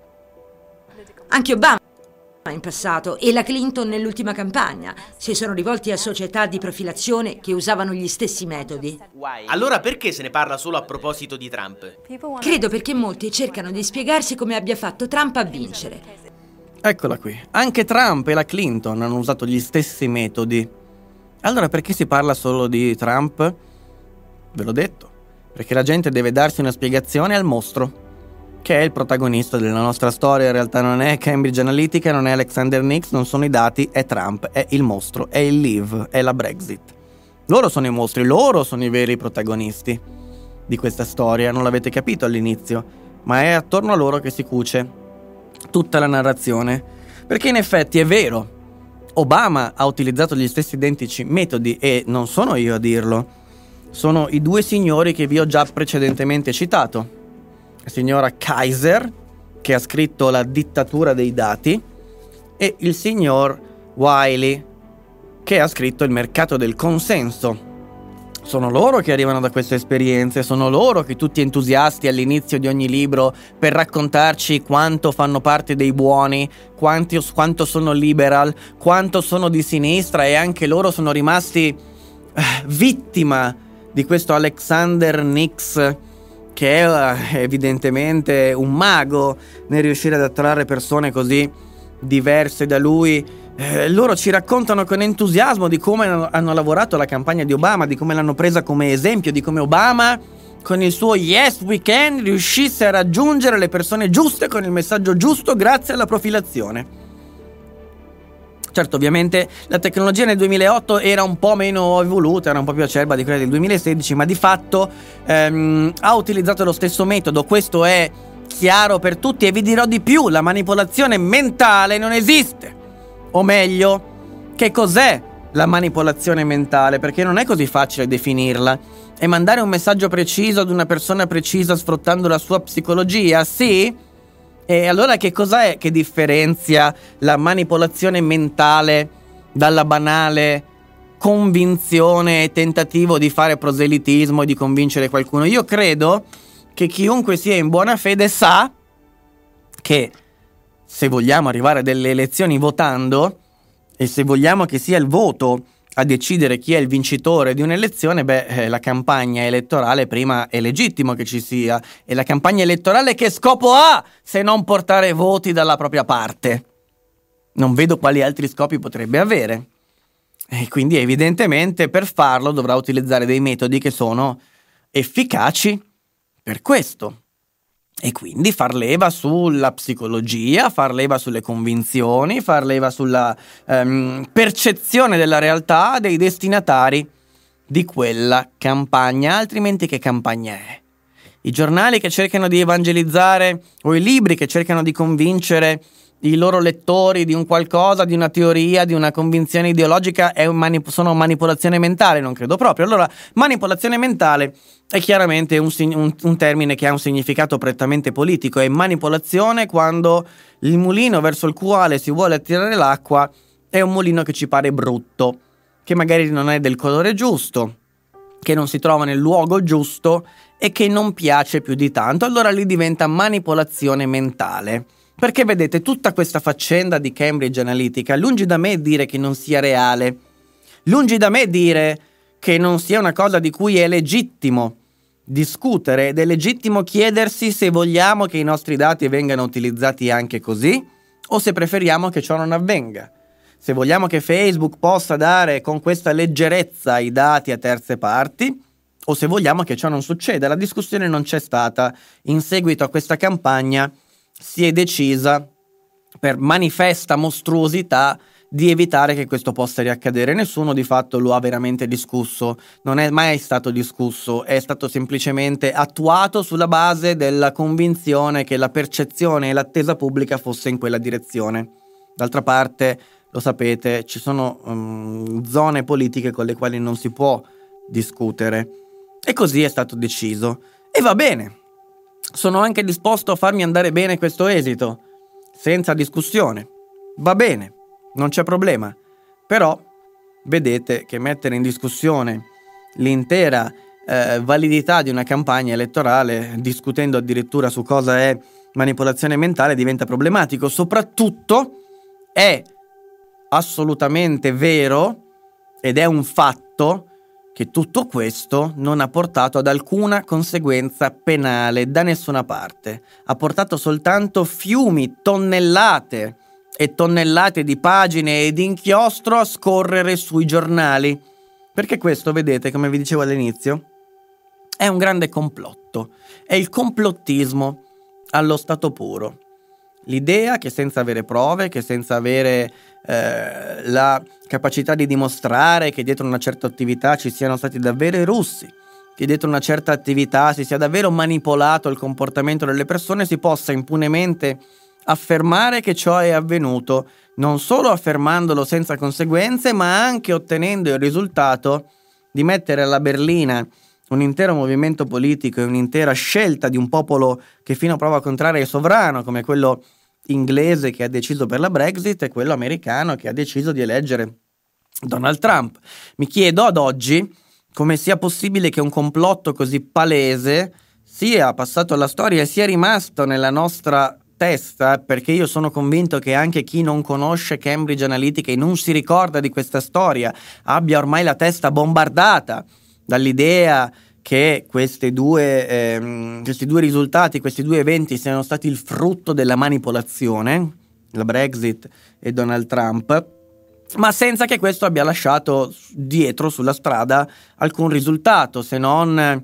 Anche Obama in passato e la Clinton nell'ultima campagna si sono rivolti a società di profilazione che usavano gli stessi metodi. Allora perché se ne parla solo a proposito di Trump? Credo perché molti cercano di spiegarsi come abbia fatto Trump a vincere. Eccola qui. Anche Trump e la Clinton hanno usato gli stessi metodi. Allora perché si parla solo di Trump? Ve l'ho detto. Perché la gente deve darsi una spiegazione al mostro, che è il protagonista della nostra storia. In realtà non è Cambridge Analytica, non è Alexander Nix, non sono i dati, è Trump, è il mostro, è il Leave, è la Brexit. Loro sono i mostri, loro sono i veri protagonisti di questa storia, non l'avete capito all'inizio, ma è attorno a loro che si cuce tutta la narrazione. Perché in effetti è vero, Obama ha utilizzato gli stessi identici metodi e non sono io a dirlo, sono i due signori che vi ho già precedentemente citato. La signora Kaiser, che ha scritto La dittatura dei dati, e il signor Wiley, che ha scritto Il mercato del consenso. Sono loro che arrivano da queste esperienze, sono loro che tutti entusiasti all'inizio di ogni libro per raccontarci quanto fanno parte dei buoni, quanti, quanto sono liberal, quanto sono di sinistra, e anche loro sono rimasti eh, vittima di questo Alexander Nix, che è evidentemente un mago nel riuscire ad attrarre persone così diverse da lui. Eh, loro ci raccontano con entusiasmo di come hanno, hanno lavorato la campagna di Obama, di come l'hanno presa come esempio, di come Obama con il suo Yes We Can riuscisse a raggiungere le persone giuste con il messaggio giusto grazie alla profilazione. Certo, ovviamente la tecnologia nel duemilaotto era un po' meno evoluta, era un po' più acerba di quella del duemilasedici, ma di fatto ehm, ha utilizzato lo stesso metodo. Questo è chiaro per tutti e vi dirò di più: la manipolazione mentale non esiste. O meglio, che cos'è la manipolazione mentale? Perché non è così facile definirla. È mandare un messaggio preciso ad una persona precisa sfruttando la sua psicologia, sì? E allora che cos'è che differenzia la manipolazione mentale dalla banale convinzione e tentativo di fare proselitismo e di convincere qualcuno? Io credo che chiunque sia in buona fede sa che se vogliamo arrivare a delle elezioni votando, e se vogliamo che sia il voto a decidere chi è il vincitore di un'elezione, beh, eh, la campagna elettorale prima è legittimo che ci sia. E la campagna elettorale che scopo ha se non portare voti dalla propria parte? Non vedo quali altri scopi potrebbe avere. E quindi evidentemente per farlo dovrà utilizzare dei metodi che sono efficaci per questo. E quindi far leva sulla psicologia, far leva sulle convinzioni, far leva sulla um, percezione della realtà dei destinatari di quella campagna. Altrimenti che campagna è? I giornali che cercano di evangelizzare, o i libri che cercano di convincere i loro lettori di un qualcosa, di una teoria, di una convinzione ideologica, è un manip- sono manipolazione mentale? Non credo proprio. Allora, manipolazione mentale è chiaramente un, un, un termine che ha un significato prettamente politico. È manipolazione quando il mulino verso il quale si vuole attirare l'acqua è un mulino che ci pare brutto, che magari non è del colore giusto, che non si trova nel luogo giusto e che non piace più di tanto. Allora lì diventa manipolazione mentale. Perché vedete, tutta questa faccenda di Cambridge Analytica, lungi da me dire che non sia reale, lungi da me dire che non sia una cosa di cui è legittimo discutere, ed è legittimo chiedersi se vogliamo che i nostri dati vengano utilizzati anche così o se preferiamo che ciò non avvenga. Se vogliamo che Facebook possa dare con questa leggerezza i dati a terze parti o se vogliamo che ciò non succeda. La discussione non c'è stata. In seguito a questa campagna si è decisa, per manifesta mostruosità, di evitare che questo possa riaccadere. Nessuno di fatto lo ha veramente discusso, non è mai stato discusso, è stato semplicemente attuato sulla base della convinzione che la percezione e l'attesa pubblica fosse in quella direzione. D'altra parte, lo sapete, ci sono um, zone politiche con le quali non si può discutere. E così è stato deciso. E va bene. Sono anche disposto a farmi andare bene questo esito, senza discussione. Va bene, non c'è problema. Però vedete che mettere in discussione l'intera eh, validità di una campagna elettorale, discutendo addirittura su cosa è manipolazione mentale, diventa problematico. Soprattutto è assolutamente vero ed è un fatto che tutto questo non ha portato ad alcuna conseguenza penale da nessuna parte. Ha portato soltanto fiumi, tonnellate e tonnellate di pagine e di inchiostro a scorrere sui giornali. Perché questo, vedete, come vi dicevo all'inizio, è un grande complotto. È il complottismo allo stato puro. L'idea che senza avere prove, che senza avere eh, la capacità di dimostrare che dietro una certa attività ci siano stati davvero i russi, che dietro una certa attività si sia davvero manipolato il comportamento delle persone, si possa impunemente affermare che ciò è avvenuto, non solo affermandolo senza conseguenze, ma anche ottenendo il risultato di mettere alla berlina un intero movimento politico e un'intera scelta di un popolo che fino a prova contraria è sovrano, come quello inglese che ha deciso per la Brexit e quello americano che ha deciso di eleggere Donald Trump. Mi chiedo ad oggi come sia possibile che un complotto così palese sia passato alla storia e sia rimasto nella nostra testa, perché io sono convinto che anche chi non conosce Cambridge Analytica e non si ricorda di questa storia abbia ormai la testa bombardata dall'idea che questi due, ehm, questi due risultati, questi due eventi siano stati il frutto della manipolazione, la Brexit e Donald Trump, ma senza che questo abbia lasciato dietro sulla strada alcun risultato, se non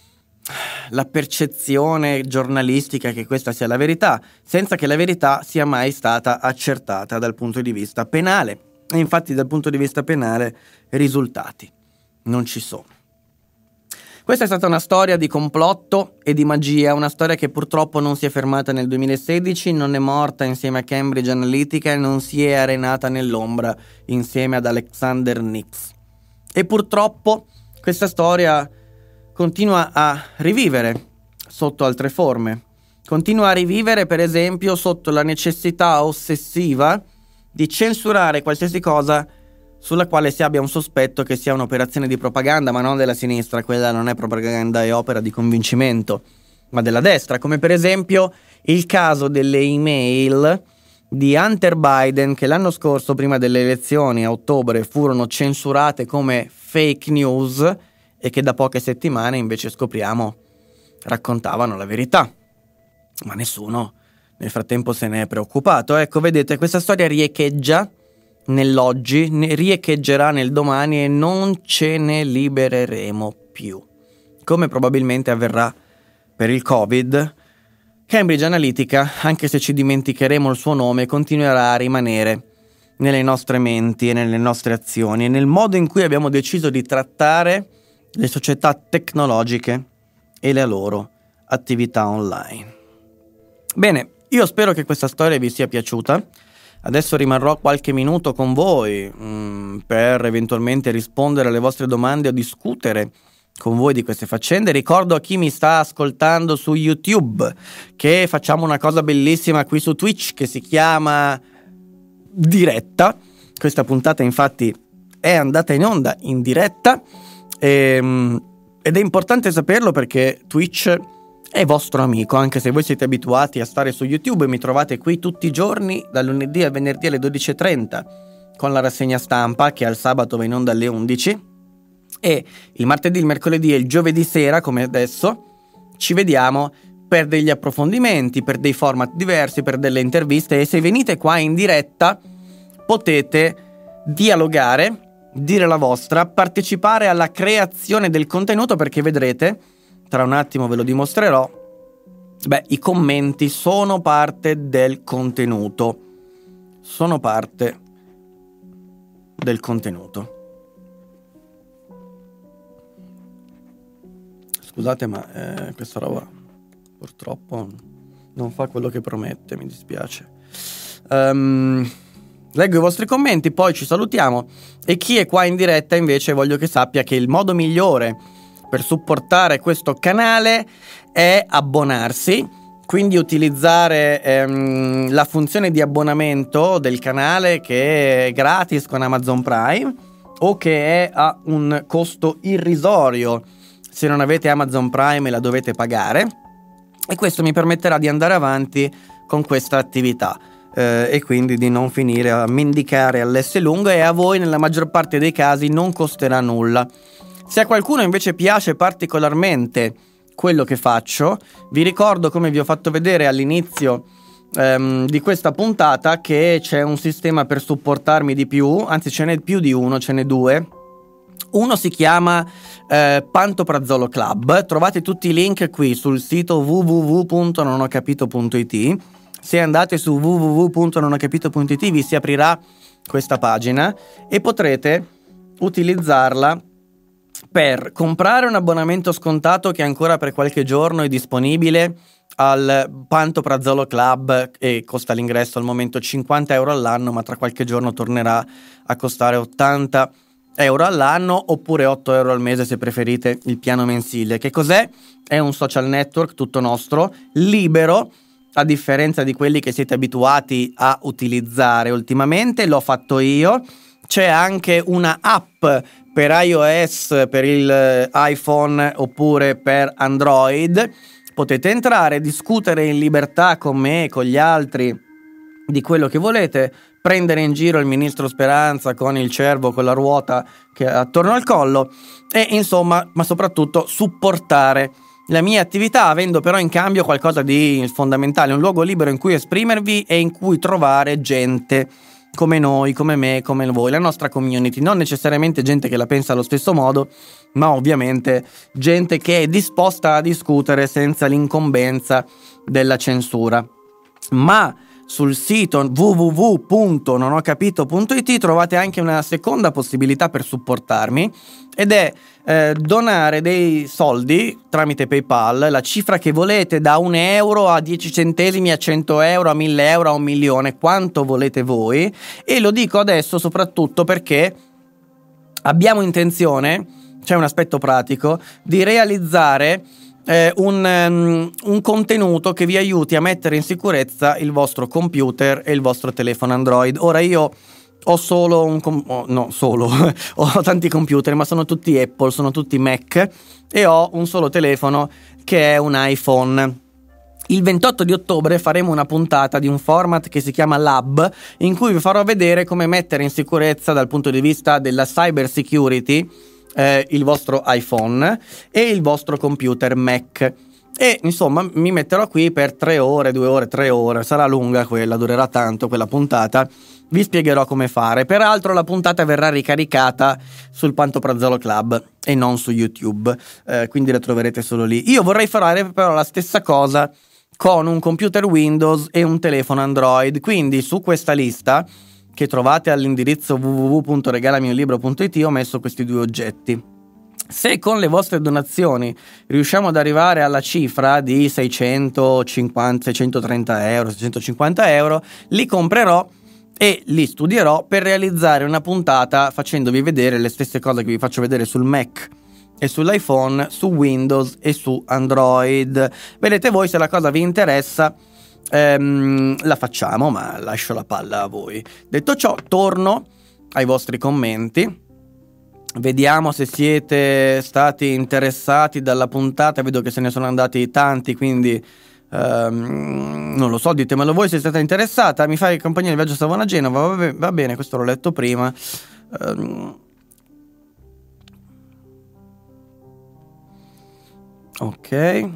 la percezione giornalistica che questa sia la verità, senza che la verità sia mai stata accertata dal punto di vista penale. E infatti dal punto di vista penale risultati non ci sono. Questa è stata una storia di complotto e di magia, una storia che purtroppo non si è fermata nel duemilasedici, non è morta insieme a Cambridge Analytica e non si è arenata nell'ombra insieme ad Alexander Nix. E purtroppo questa storia continua a rivivere sotto altre forme. Continua a rivivere, per esempio, sotto la necessità ossessiva di censurare qualsiasi cosa sulla quale si abbia un sospetto che sia un'operazione di propaganda, ma non della sinistra. Quella non è propaganda, è opera di convincimento, ma della destra, come per esempio il caso delle email di Hunter Biden che l'anno scorso, prima delle elezioni a ottobre, furono censurate come fake news e che da poche settimane invece scopriamo raccontavano la verità. Ma nessuno nel frattempo se ne è preoccupato. Ecco, vedete, questa storia riecheggia nell'oggi, ne riecheggerà nel domani e non ce ne libereremo più. Come probabilmente avverrà per il Covid, Cambridge Analytica, anche se ci dimenticheremo il suo nome, continuerà a rimanere nelle nostre menti e nelle nostre azioni e nel modo in cui abbiamo deciso di trattare le società tecnologiche e le loro attività online. Bene, io spero che questa storia vi sia piaciuta. Adesso rimarrò qualche minuto con voi mh, per eventualmente rispondere alle vostre domande o discutere con voi di queste faccende. Ricordo a chi mi sta ascoltando su YouTube che facciamo una cosa bellissima qui su Twitch che si chiama diretta. Questa puntata infatti è andata in onda in diretta e, ed è importante saperlo perché Twitch è vostro amico, anche se voi siete abituati a stare su YouTube e mi trovate qui tutti i giorni dal lunedì al venerdì alle dodici e trenta con la rassegna stampa che al sabato va in onda alle undici e il martedì, il mercoledì e il giovedì sera, come adesso, ci vediamo per degli approfondimenti, per dei format diversi, per delle interviste e se venite qua in diretta potete dialogare, dire la vostra, partecipare alla creazione del contenuto perché vedrete, tra un attimo ve lo dimostrerò, beh, i commenti sono parte del contenuto, sono parte del contenuto. Scusate, ma eh, questa roba purtroppo non fa quello che promette, mi dispiace. Um, leggo i vostri commenti, poi ci salutiamo e chi è qua in diretta invece voglio che sappia che il modo migliore per supportare questo canale è abbonarsi, quindi utilizzare ehm, la funzione di abbonamento del canale che è gratis con Amazon Prime o che è a un costo irrisorio se non avete Amazon Prime e la dovete pagare, e questo mi permetterà di andare avanti con questa attività eh, e quindi di non finire a mendicare all'esse lungo, e a voi nella maggior parte dei casi non costerà nulla. Se a qualcuno invece piace particolarmente quello che faccio, vi ricordo, come vi ho fatto vedere all'inizio ehm, di questa puntata, che c'è un sistema per supportarmi di più, anzi ce n'è più di uno, ce n'è due. Uno si chiama eh, Pantoprazolo Club, trovate tutti i link qui sul sito w w w punto non ho capito punto i t. Se andate su w w w punto non ho capito punto i t vi si aprirà questa pagina e potrete utilizzarla per comprare un abbonamento scontato che ancora per qualche giorno è disponibile al Pantoprazolo Club e costa l'ingresso al momento cinquanta euro all'anno, ma tra qualche giorno tornerà a costare ottanta euro all'anno, oppure otto euro al mese se preferite il piano mensile. Che cos'è? È un social network tutto nostro, libero, a differenza di quelli che siete abituati a utilizzare ultimamente. L'ho fatto io. C'è anche una app per iOS, per il iPhone oppure per Android. Potete entrare, discutere in libertà con me e con gli altri di quello che volete, prendere in giro il ministro Speranza con il cervo con la ruota che è attorno al collo, e insomma, ma soprattutto supportare la mia attività, avendo però in cambio qualcosa di fondamentale, un luogo libero in cui esprimervi e in cui trovare gente come noi, come me, come voi, la nostra community, non necessariamente gente che la pensa allo stesso modo, ma ovviamente gente che è disposta a discutere senza l'incombenza della censura. Ma sul sito w w w punto non ho capito punto i t trovate anche una seconda possibilità per supportarmi, ed è eh, donare dei soldi tramite PayPal, la cifra che volete, da un euro a dieci centesimi a cento euro a mille euro a un milione, quanto volete voi. E lo dico adesso soprattutto perché abbiamo intenzione, c'è un aspetto pratico, di realizzare Eh, un, um, un contenuto che vi aiuti a mettere in sicurezza il vostro computer e il vostro telefono Android. Ora io ho solo un com- oh, no solo ho tanti computer, ma sono tutti Apple, sono tutti Mac, e ho un solo telefono che è un iPhone. Il ventotto di ottobre faremo una puntata di un format che si chiama Lab, in cui vi farò vedere come mettere in sicurezza dal punto di vista della cyber security Eh, il vostro iPhone e il vostro computer Mac. E insomma mi metterò qui per tre ore, due ore, tre ore, sarà lunga quella, durerà tanto quella puntata, vi spiegherò come fare. Peraltro la puntata verrà ricaricata sul Pantoprazolo Club e non su YouTube, eh, quindi la troverete solo lì. Io vorrei fare però la stessa cosa con un computer Windows e un telefono Android, quindi su questa lista che trovate all'indirizzo w w w punto regalami un libro punto i t ho messo questi due oggetti. Se con le vostre donazioni riusciamo ad arrivare alla cifra di seicentocinquanta, seicentotrenta euro, seicentocinquanta euro, li comprerò e li studierò per realizzare una puntata facendovi vedere le stesse cose che vi faccio vedere sul Mac e sull'iPhone, su Windows e su Android. Vedete voi se la cosa vi interessa. Ehm, la facciamo, ma lascio la palla a voi. Detto ciò, torno ai vostri commenti. Vediamo se siete stati interessati dalla puntata. Vedo che se ne sono andati tanti, quindi ehm, non lo so, ditemelo voi se siete interessata. Mi fai compagnia del viaggio Savona-Genova? Va, be- va bene, questo l'ho letto prima. ehm, ok,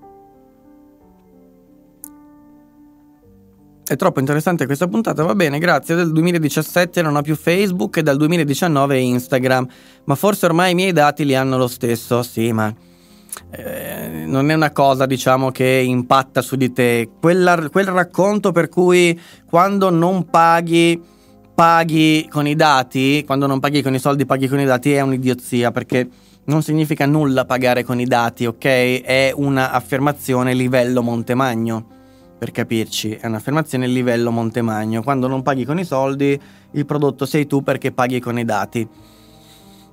è troppo interessante questa puntata, va bene, grazie. Del duemiladiciassette non ho più Facebook e dal duemiladiciannove Instagram, ma forse ormai i miei dati li hanno lo stesso. Sì, ma eh, non è una cosa, diciamo, che impatta su di te. Quella, quel racconto per cui quando non paghi, paghi con i dati, quando non paghi con i soldi, paghi con i dati, è un'idiozia, perché non significa nulla pagare con i dati, ok? È una affermazione livello Montemagno. Per capirci, è un'affermazione livello Montemagno. Quando non paghi con i soldi, il prodotto sei tu perché paghi con i dati.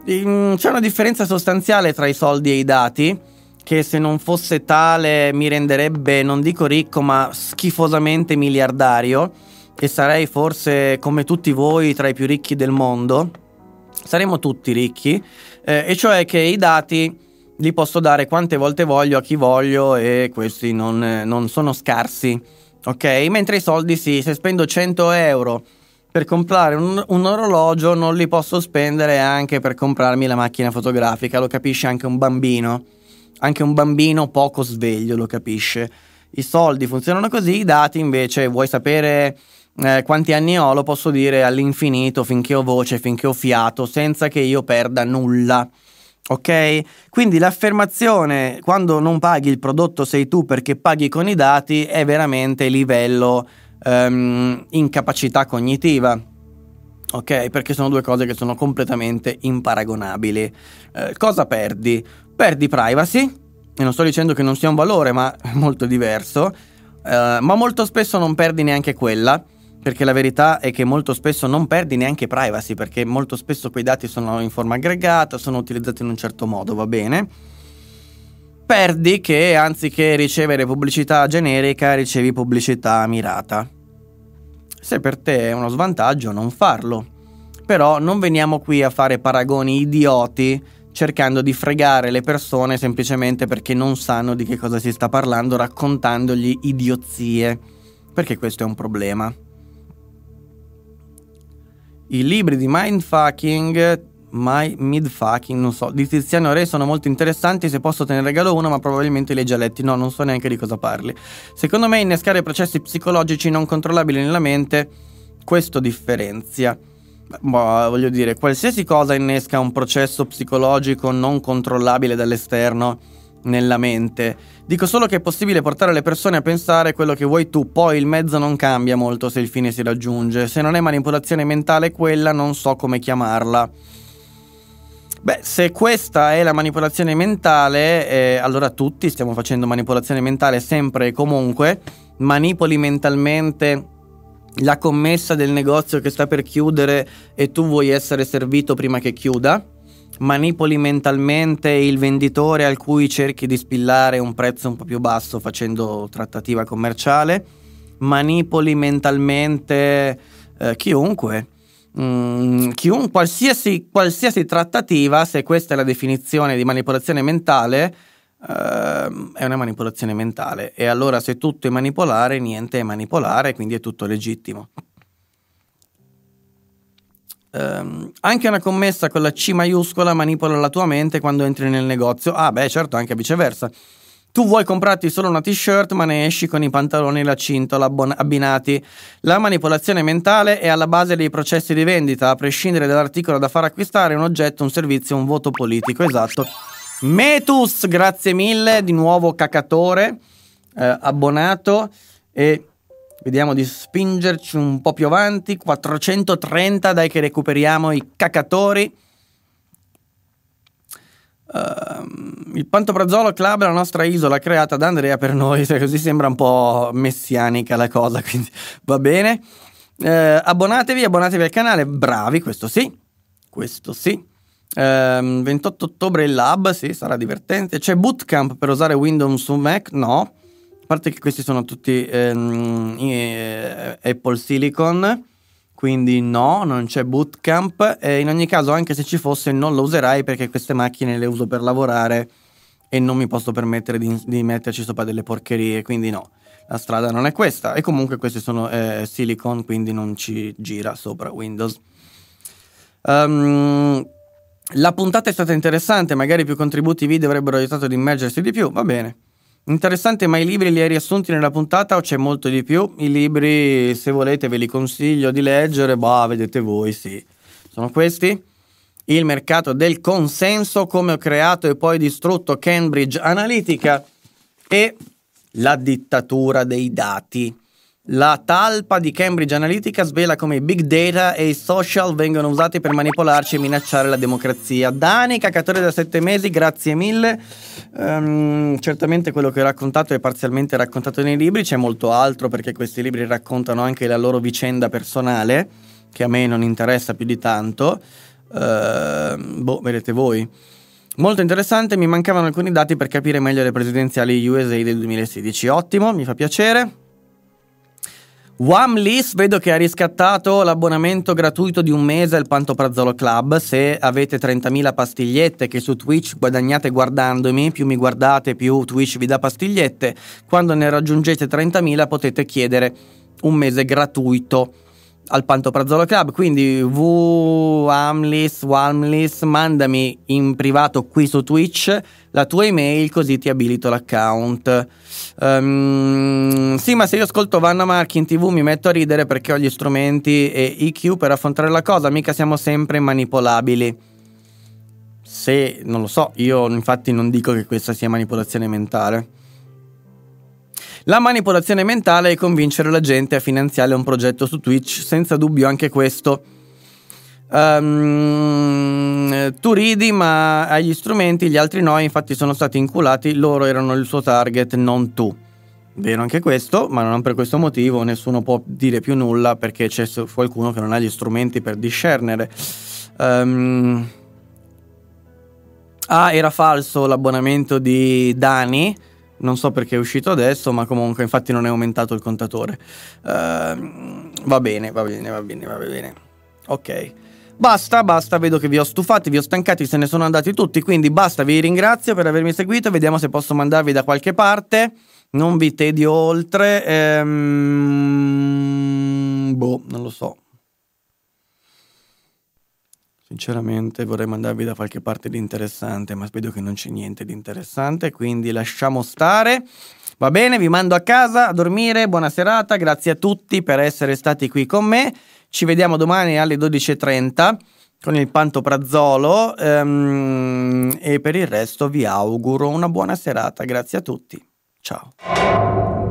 C'è una differenza sostanziale tra i soldi e i dati, che se non fosse tale mi renderebbe, non dico ricco, ma schifosamente miliardario, e sarei forse come tutti voi tra i più ricchi del mondo. Saremo tutti ricchi, eh, e cioè che i dati li posso dare quante volte voglio a chi voglio, e questi non, eh, non sono scarsi, ok? Mentre i soldi sì, se spendo cento euro per comprare un, un orologio non li posso spendere anche per comprarmi la macchina fotografica, lo capisce anche un bambino, anche un bambino poco sveglio lo capisce. I soldi funzionano così, i dati invece, vuoi sapere eh, quanti anni ho, lo posso dire all'infinito, finché ho voce, finché ho fiato, senza che io perda nulla. Ok? Quindi l'affermazione quando non paghi il prodotto sei tu perché paghi con i dati è veramente livello um, incapacità cognitiva, ok? Perché sono due cose che sono completamente imparagonabili. Eh, cosa perdi? Perdi privacy, e non sto dicendo che non sia un valore, ma è molto diverso, eh, ma molto spesso non perdi neanche quella, perché la verità è che molto spesso non perdi neanche privacy, perché molto spesso quei dati sono in forma aggregata, sono utilizzati in un certo modo, va bene? Perdi che anziché ricevere pubblicità generica ricevi pubblicità mirata. Se per te è uno svantaggio non farlo, però non veniamo qui a fare paragoni idioti cercando di fregare le persone semplicemente perché non sanno di che cosa si sta parlando, raccontandogli idiozie, perché questo è un problema. I libri di mindfucking, my, midfucking, non so, di Tiziano Re sono molto interessanti, se posso te ne regalo uno, ma probabilmente li hai già letti, no, non so neanche di cosa parli. Secondo me innescare processi psicologici non controllabili nella mente, questo differenzia. Boh, voglio dire, qualsiasi cosa innesca un processo psicologico non controllabile dall'esterno nella mente. Dico solo che è possibile portare le persone a pensare quello che vuoi tu, poi il mezzo non cambia molto se il fine si raggiunge. Se non è manipolazione mentale quella, non so come chiamarla. Beh, se questa è la manipolazione mentale, eh, allora tutti stiamo facendo manipolazione mentale sempre e comunque. Manipoli mentalmente la commessa del negozio che sta per chiudere e tu vuoi essere servito prima che chiuda. Manipoli mentalmente il venditore al cui cerchi di spillare un prezzo un po' più basso facendo trattativa commerciale. Manipoli mentalmente eh, chiunque. Mm, chiun, qualsiasi, qualsiasi trattativa, se questa è la definizione di manipolazione mentale, Uh, è una manipolazione mentale, e allora se tutto è manipolare, niente è manipolare, quindi è tutto legittimo. Uh, anche una commessa con la C maiuscola manipola la tua mente quando entri nel negozio. Ah beh, certo, anche viceversa. Tu vuoi comprarti solo una t-shirt ma ne esci con i pantaloni e la cintola abbon- abbinati. La manipolazione mentale è alla base dei processi di vendita, a prescindere dall'articolo da far acquistare, un oggetto, un servizio, un voto politico. Esatto. Metus, grazie mille, di nuovo cacatore, eh, abbonato, e vediamo di spingerci un po' più avanti, quattrocentotrenta, dai che recuperiamo i cacatori. Uh, il Pantoprazolo Club è la nostra isola creata da Andrea per noi, così sembra un po' messianica la cosa, quindi va bene. Uh, abbonatevi, abbonatevi al canale, bravi, questo sì, questo sì. Um, ventotto ottobre il lab, sì, sarà divertente. C'è bootcamp per usare Windows su Mac? No, a parte che questi sono tutti um, eh, Apple Silicon, quindi no, non c'è bootcamp, e in ogni caso anche se ci fosse non lo userai perché queste macchine le uso per lavorare e non mi posso permettere di, di metterci sopra delle porcherie, quindi no, la strada non è questa. E comunque questi sono eh, Silicon, quindi non ci gira sopra Windows. um, La puntata è stata interessante, magari più contributi video avrebbero aiutato ad immergersi di più, va bene. Interessante, ma i libri li hai riassunti nella puntata o c'è molto di più? I libri, se volete, ve li consiglio di leggere, bah, vedete voi, sì. Sono questi: Il mercato del consenso, come ho creato e poi distrutto Cambridge Analytica, e La dittatura dei dati. La talpa di Cambridge Analytica svela come i big data e i social vengono usati per manipolarci e minacciare la democrazia. Dani, cacatore da sette mesi, grazie mille. Um, certamente quello che ho raccontato è parzialmente raccontato nei libri, c'è molto altro perché questi libri raccontano anche la loro vicenda personale, che a me non interessa più di tanto. Uh, boh, vedete voi. Molto interessante, mi mancavano alcuni dati per capire meglio le presidenziali U S A del duemilasedici. Ottimo, mi fa piacere. Wamlis vedo che ha riscattato l'abbonamento gratuito di un mese al Pantoprazolo Club. Se avete trentamila pastigliette che su Twitch guadagnate guardandomi, più mi guardate più Twitch vi dà pastigliette, quando ne raggiungete trentamila potete chiedere un mese gratuito al Pantoprazolo Club. Quindi Wamlis, Wamlis, mandami in privato qui su Twitch la tua email, così ti abilito l'account. Um, sì, ma se io ascolto Vanna Marchi in tv mi metto a ridere perché ho gli strumenti e I Q per affrontare la cosa, mica siamo sempre manipolabili. Se, non lo so, io infatti non dico che questa sia manipolazione mentale. La manipolazione mentale è convincere la gente a finanziare un progetto su Twitch, senza dubbio anche questo. Um, tu ridi, ma agli strumenti gli altri no, infatti sono stati inculati, loro erano il suo target, non tu. Vero anche questo, ma non per questo motivo nessuno può dire più nulla, perché c'è qualcuno che non ha gli strumenti per discernere. Um, ah, era falso l'abbonamento di Dani. Non so perché è uscito adesso, ma comunque infatti non è aumentato il contatore. Uh, va bene, va bene, va bene, va bene. Ok. Basta, basta, vedo che vi ho stufati, vi ho stancati, se ne sono andati tutti, quindi basta, vi ringrazio per avermi seguito, vediamo se posso mandarvi da qualche parte, non vi tedio oltre, ehm... boh, non lo so. Sinceramente vorrei mandarvi da qualche parte di interessante, ma vedo che non c'è niente di interessante, quindi lasciamo stare. Va bene, vi mando a casa a dormire, buona serata, grazie a tutti per essere stati qui con me. Ci vediamo domani alle dodici e trenta con il Pantoprazolo ehm, e per il resto vi auguro una buona serata, grazie a tutti. Ciao.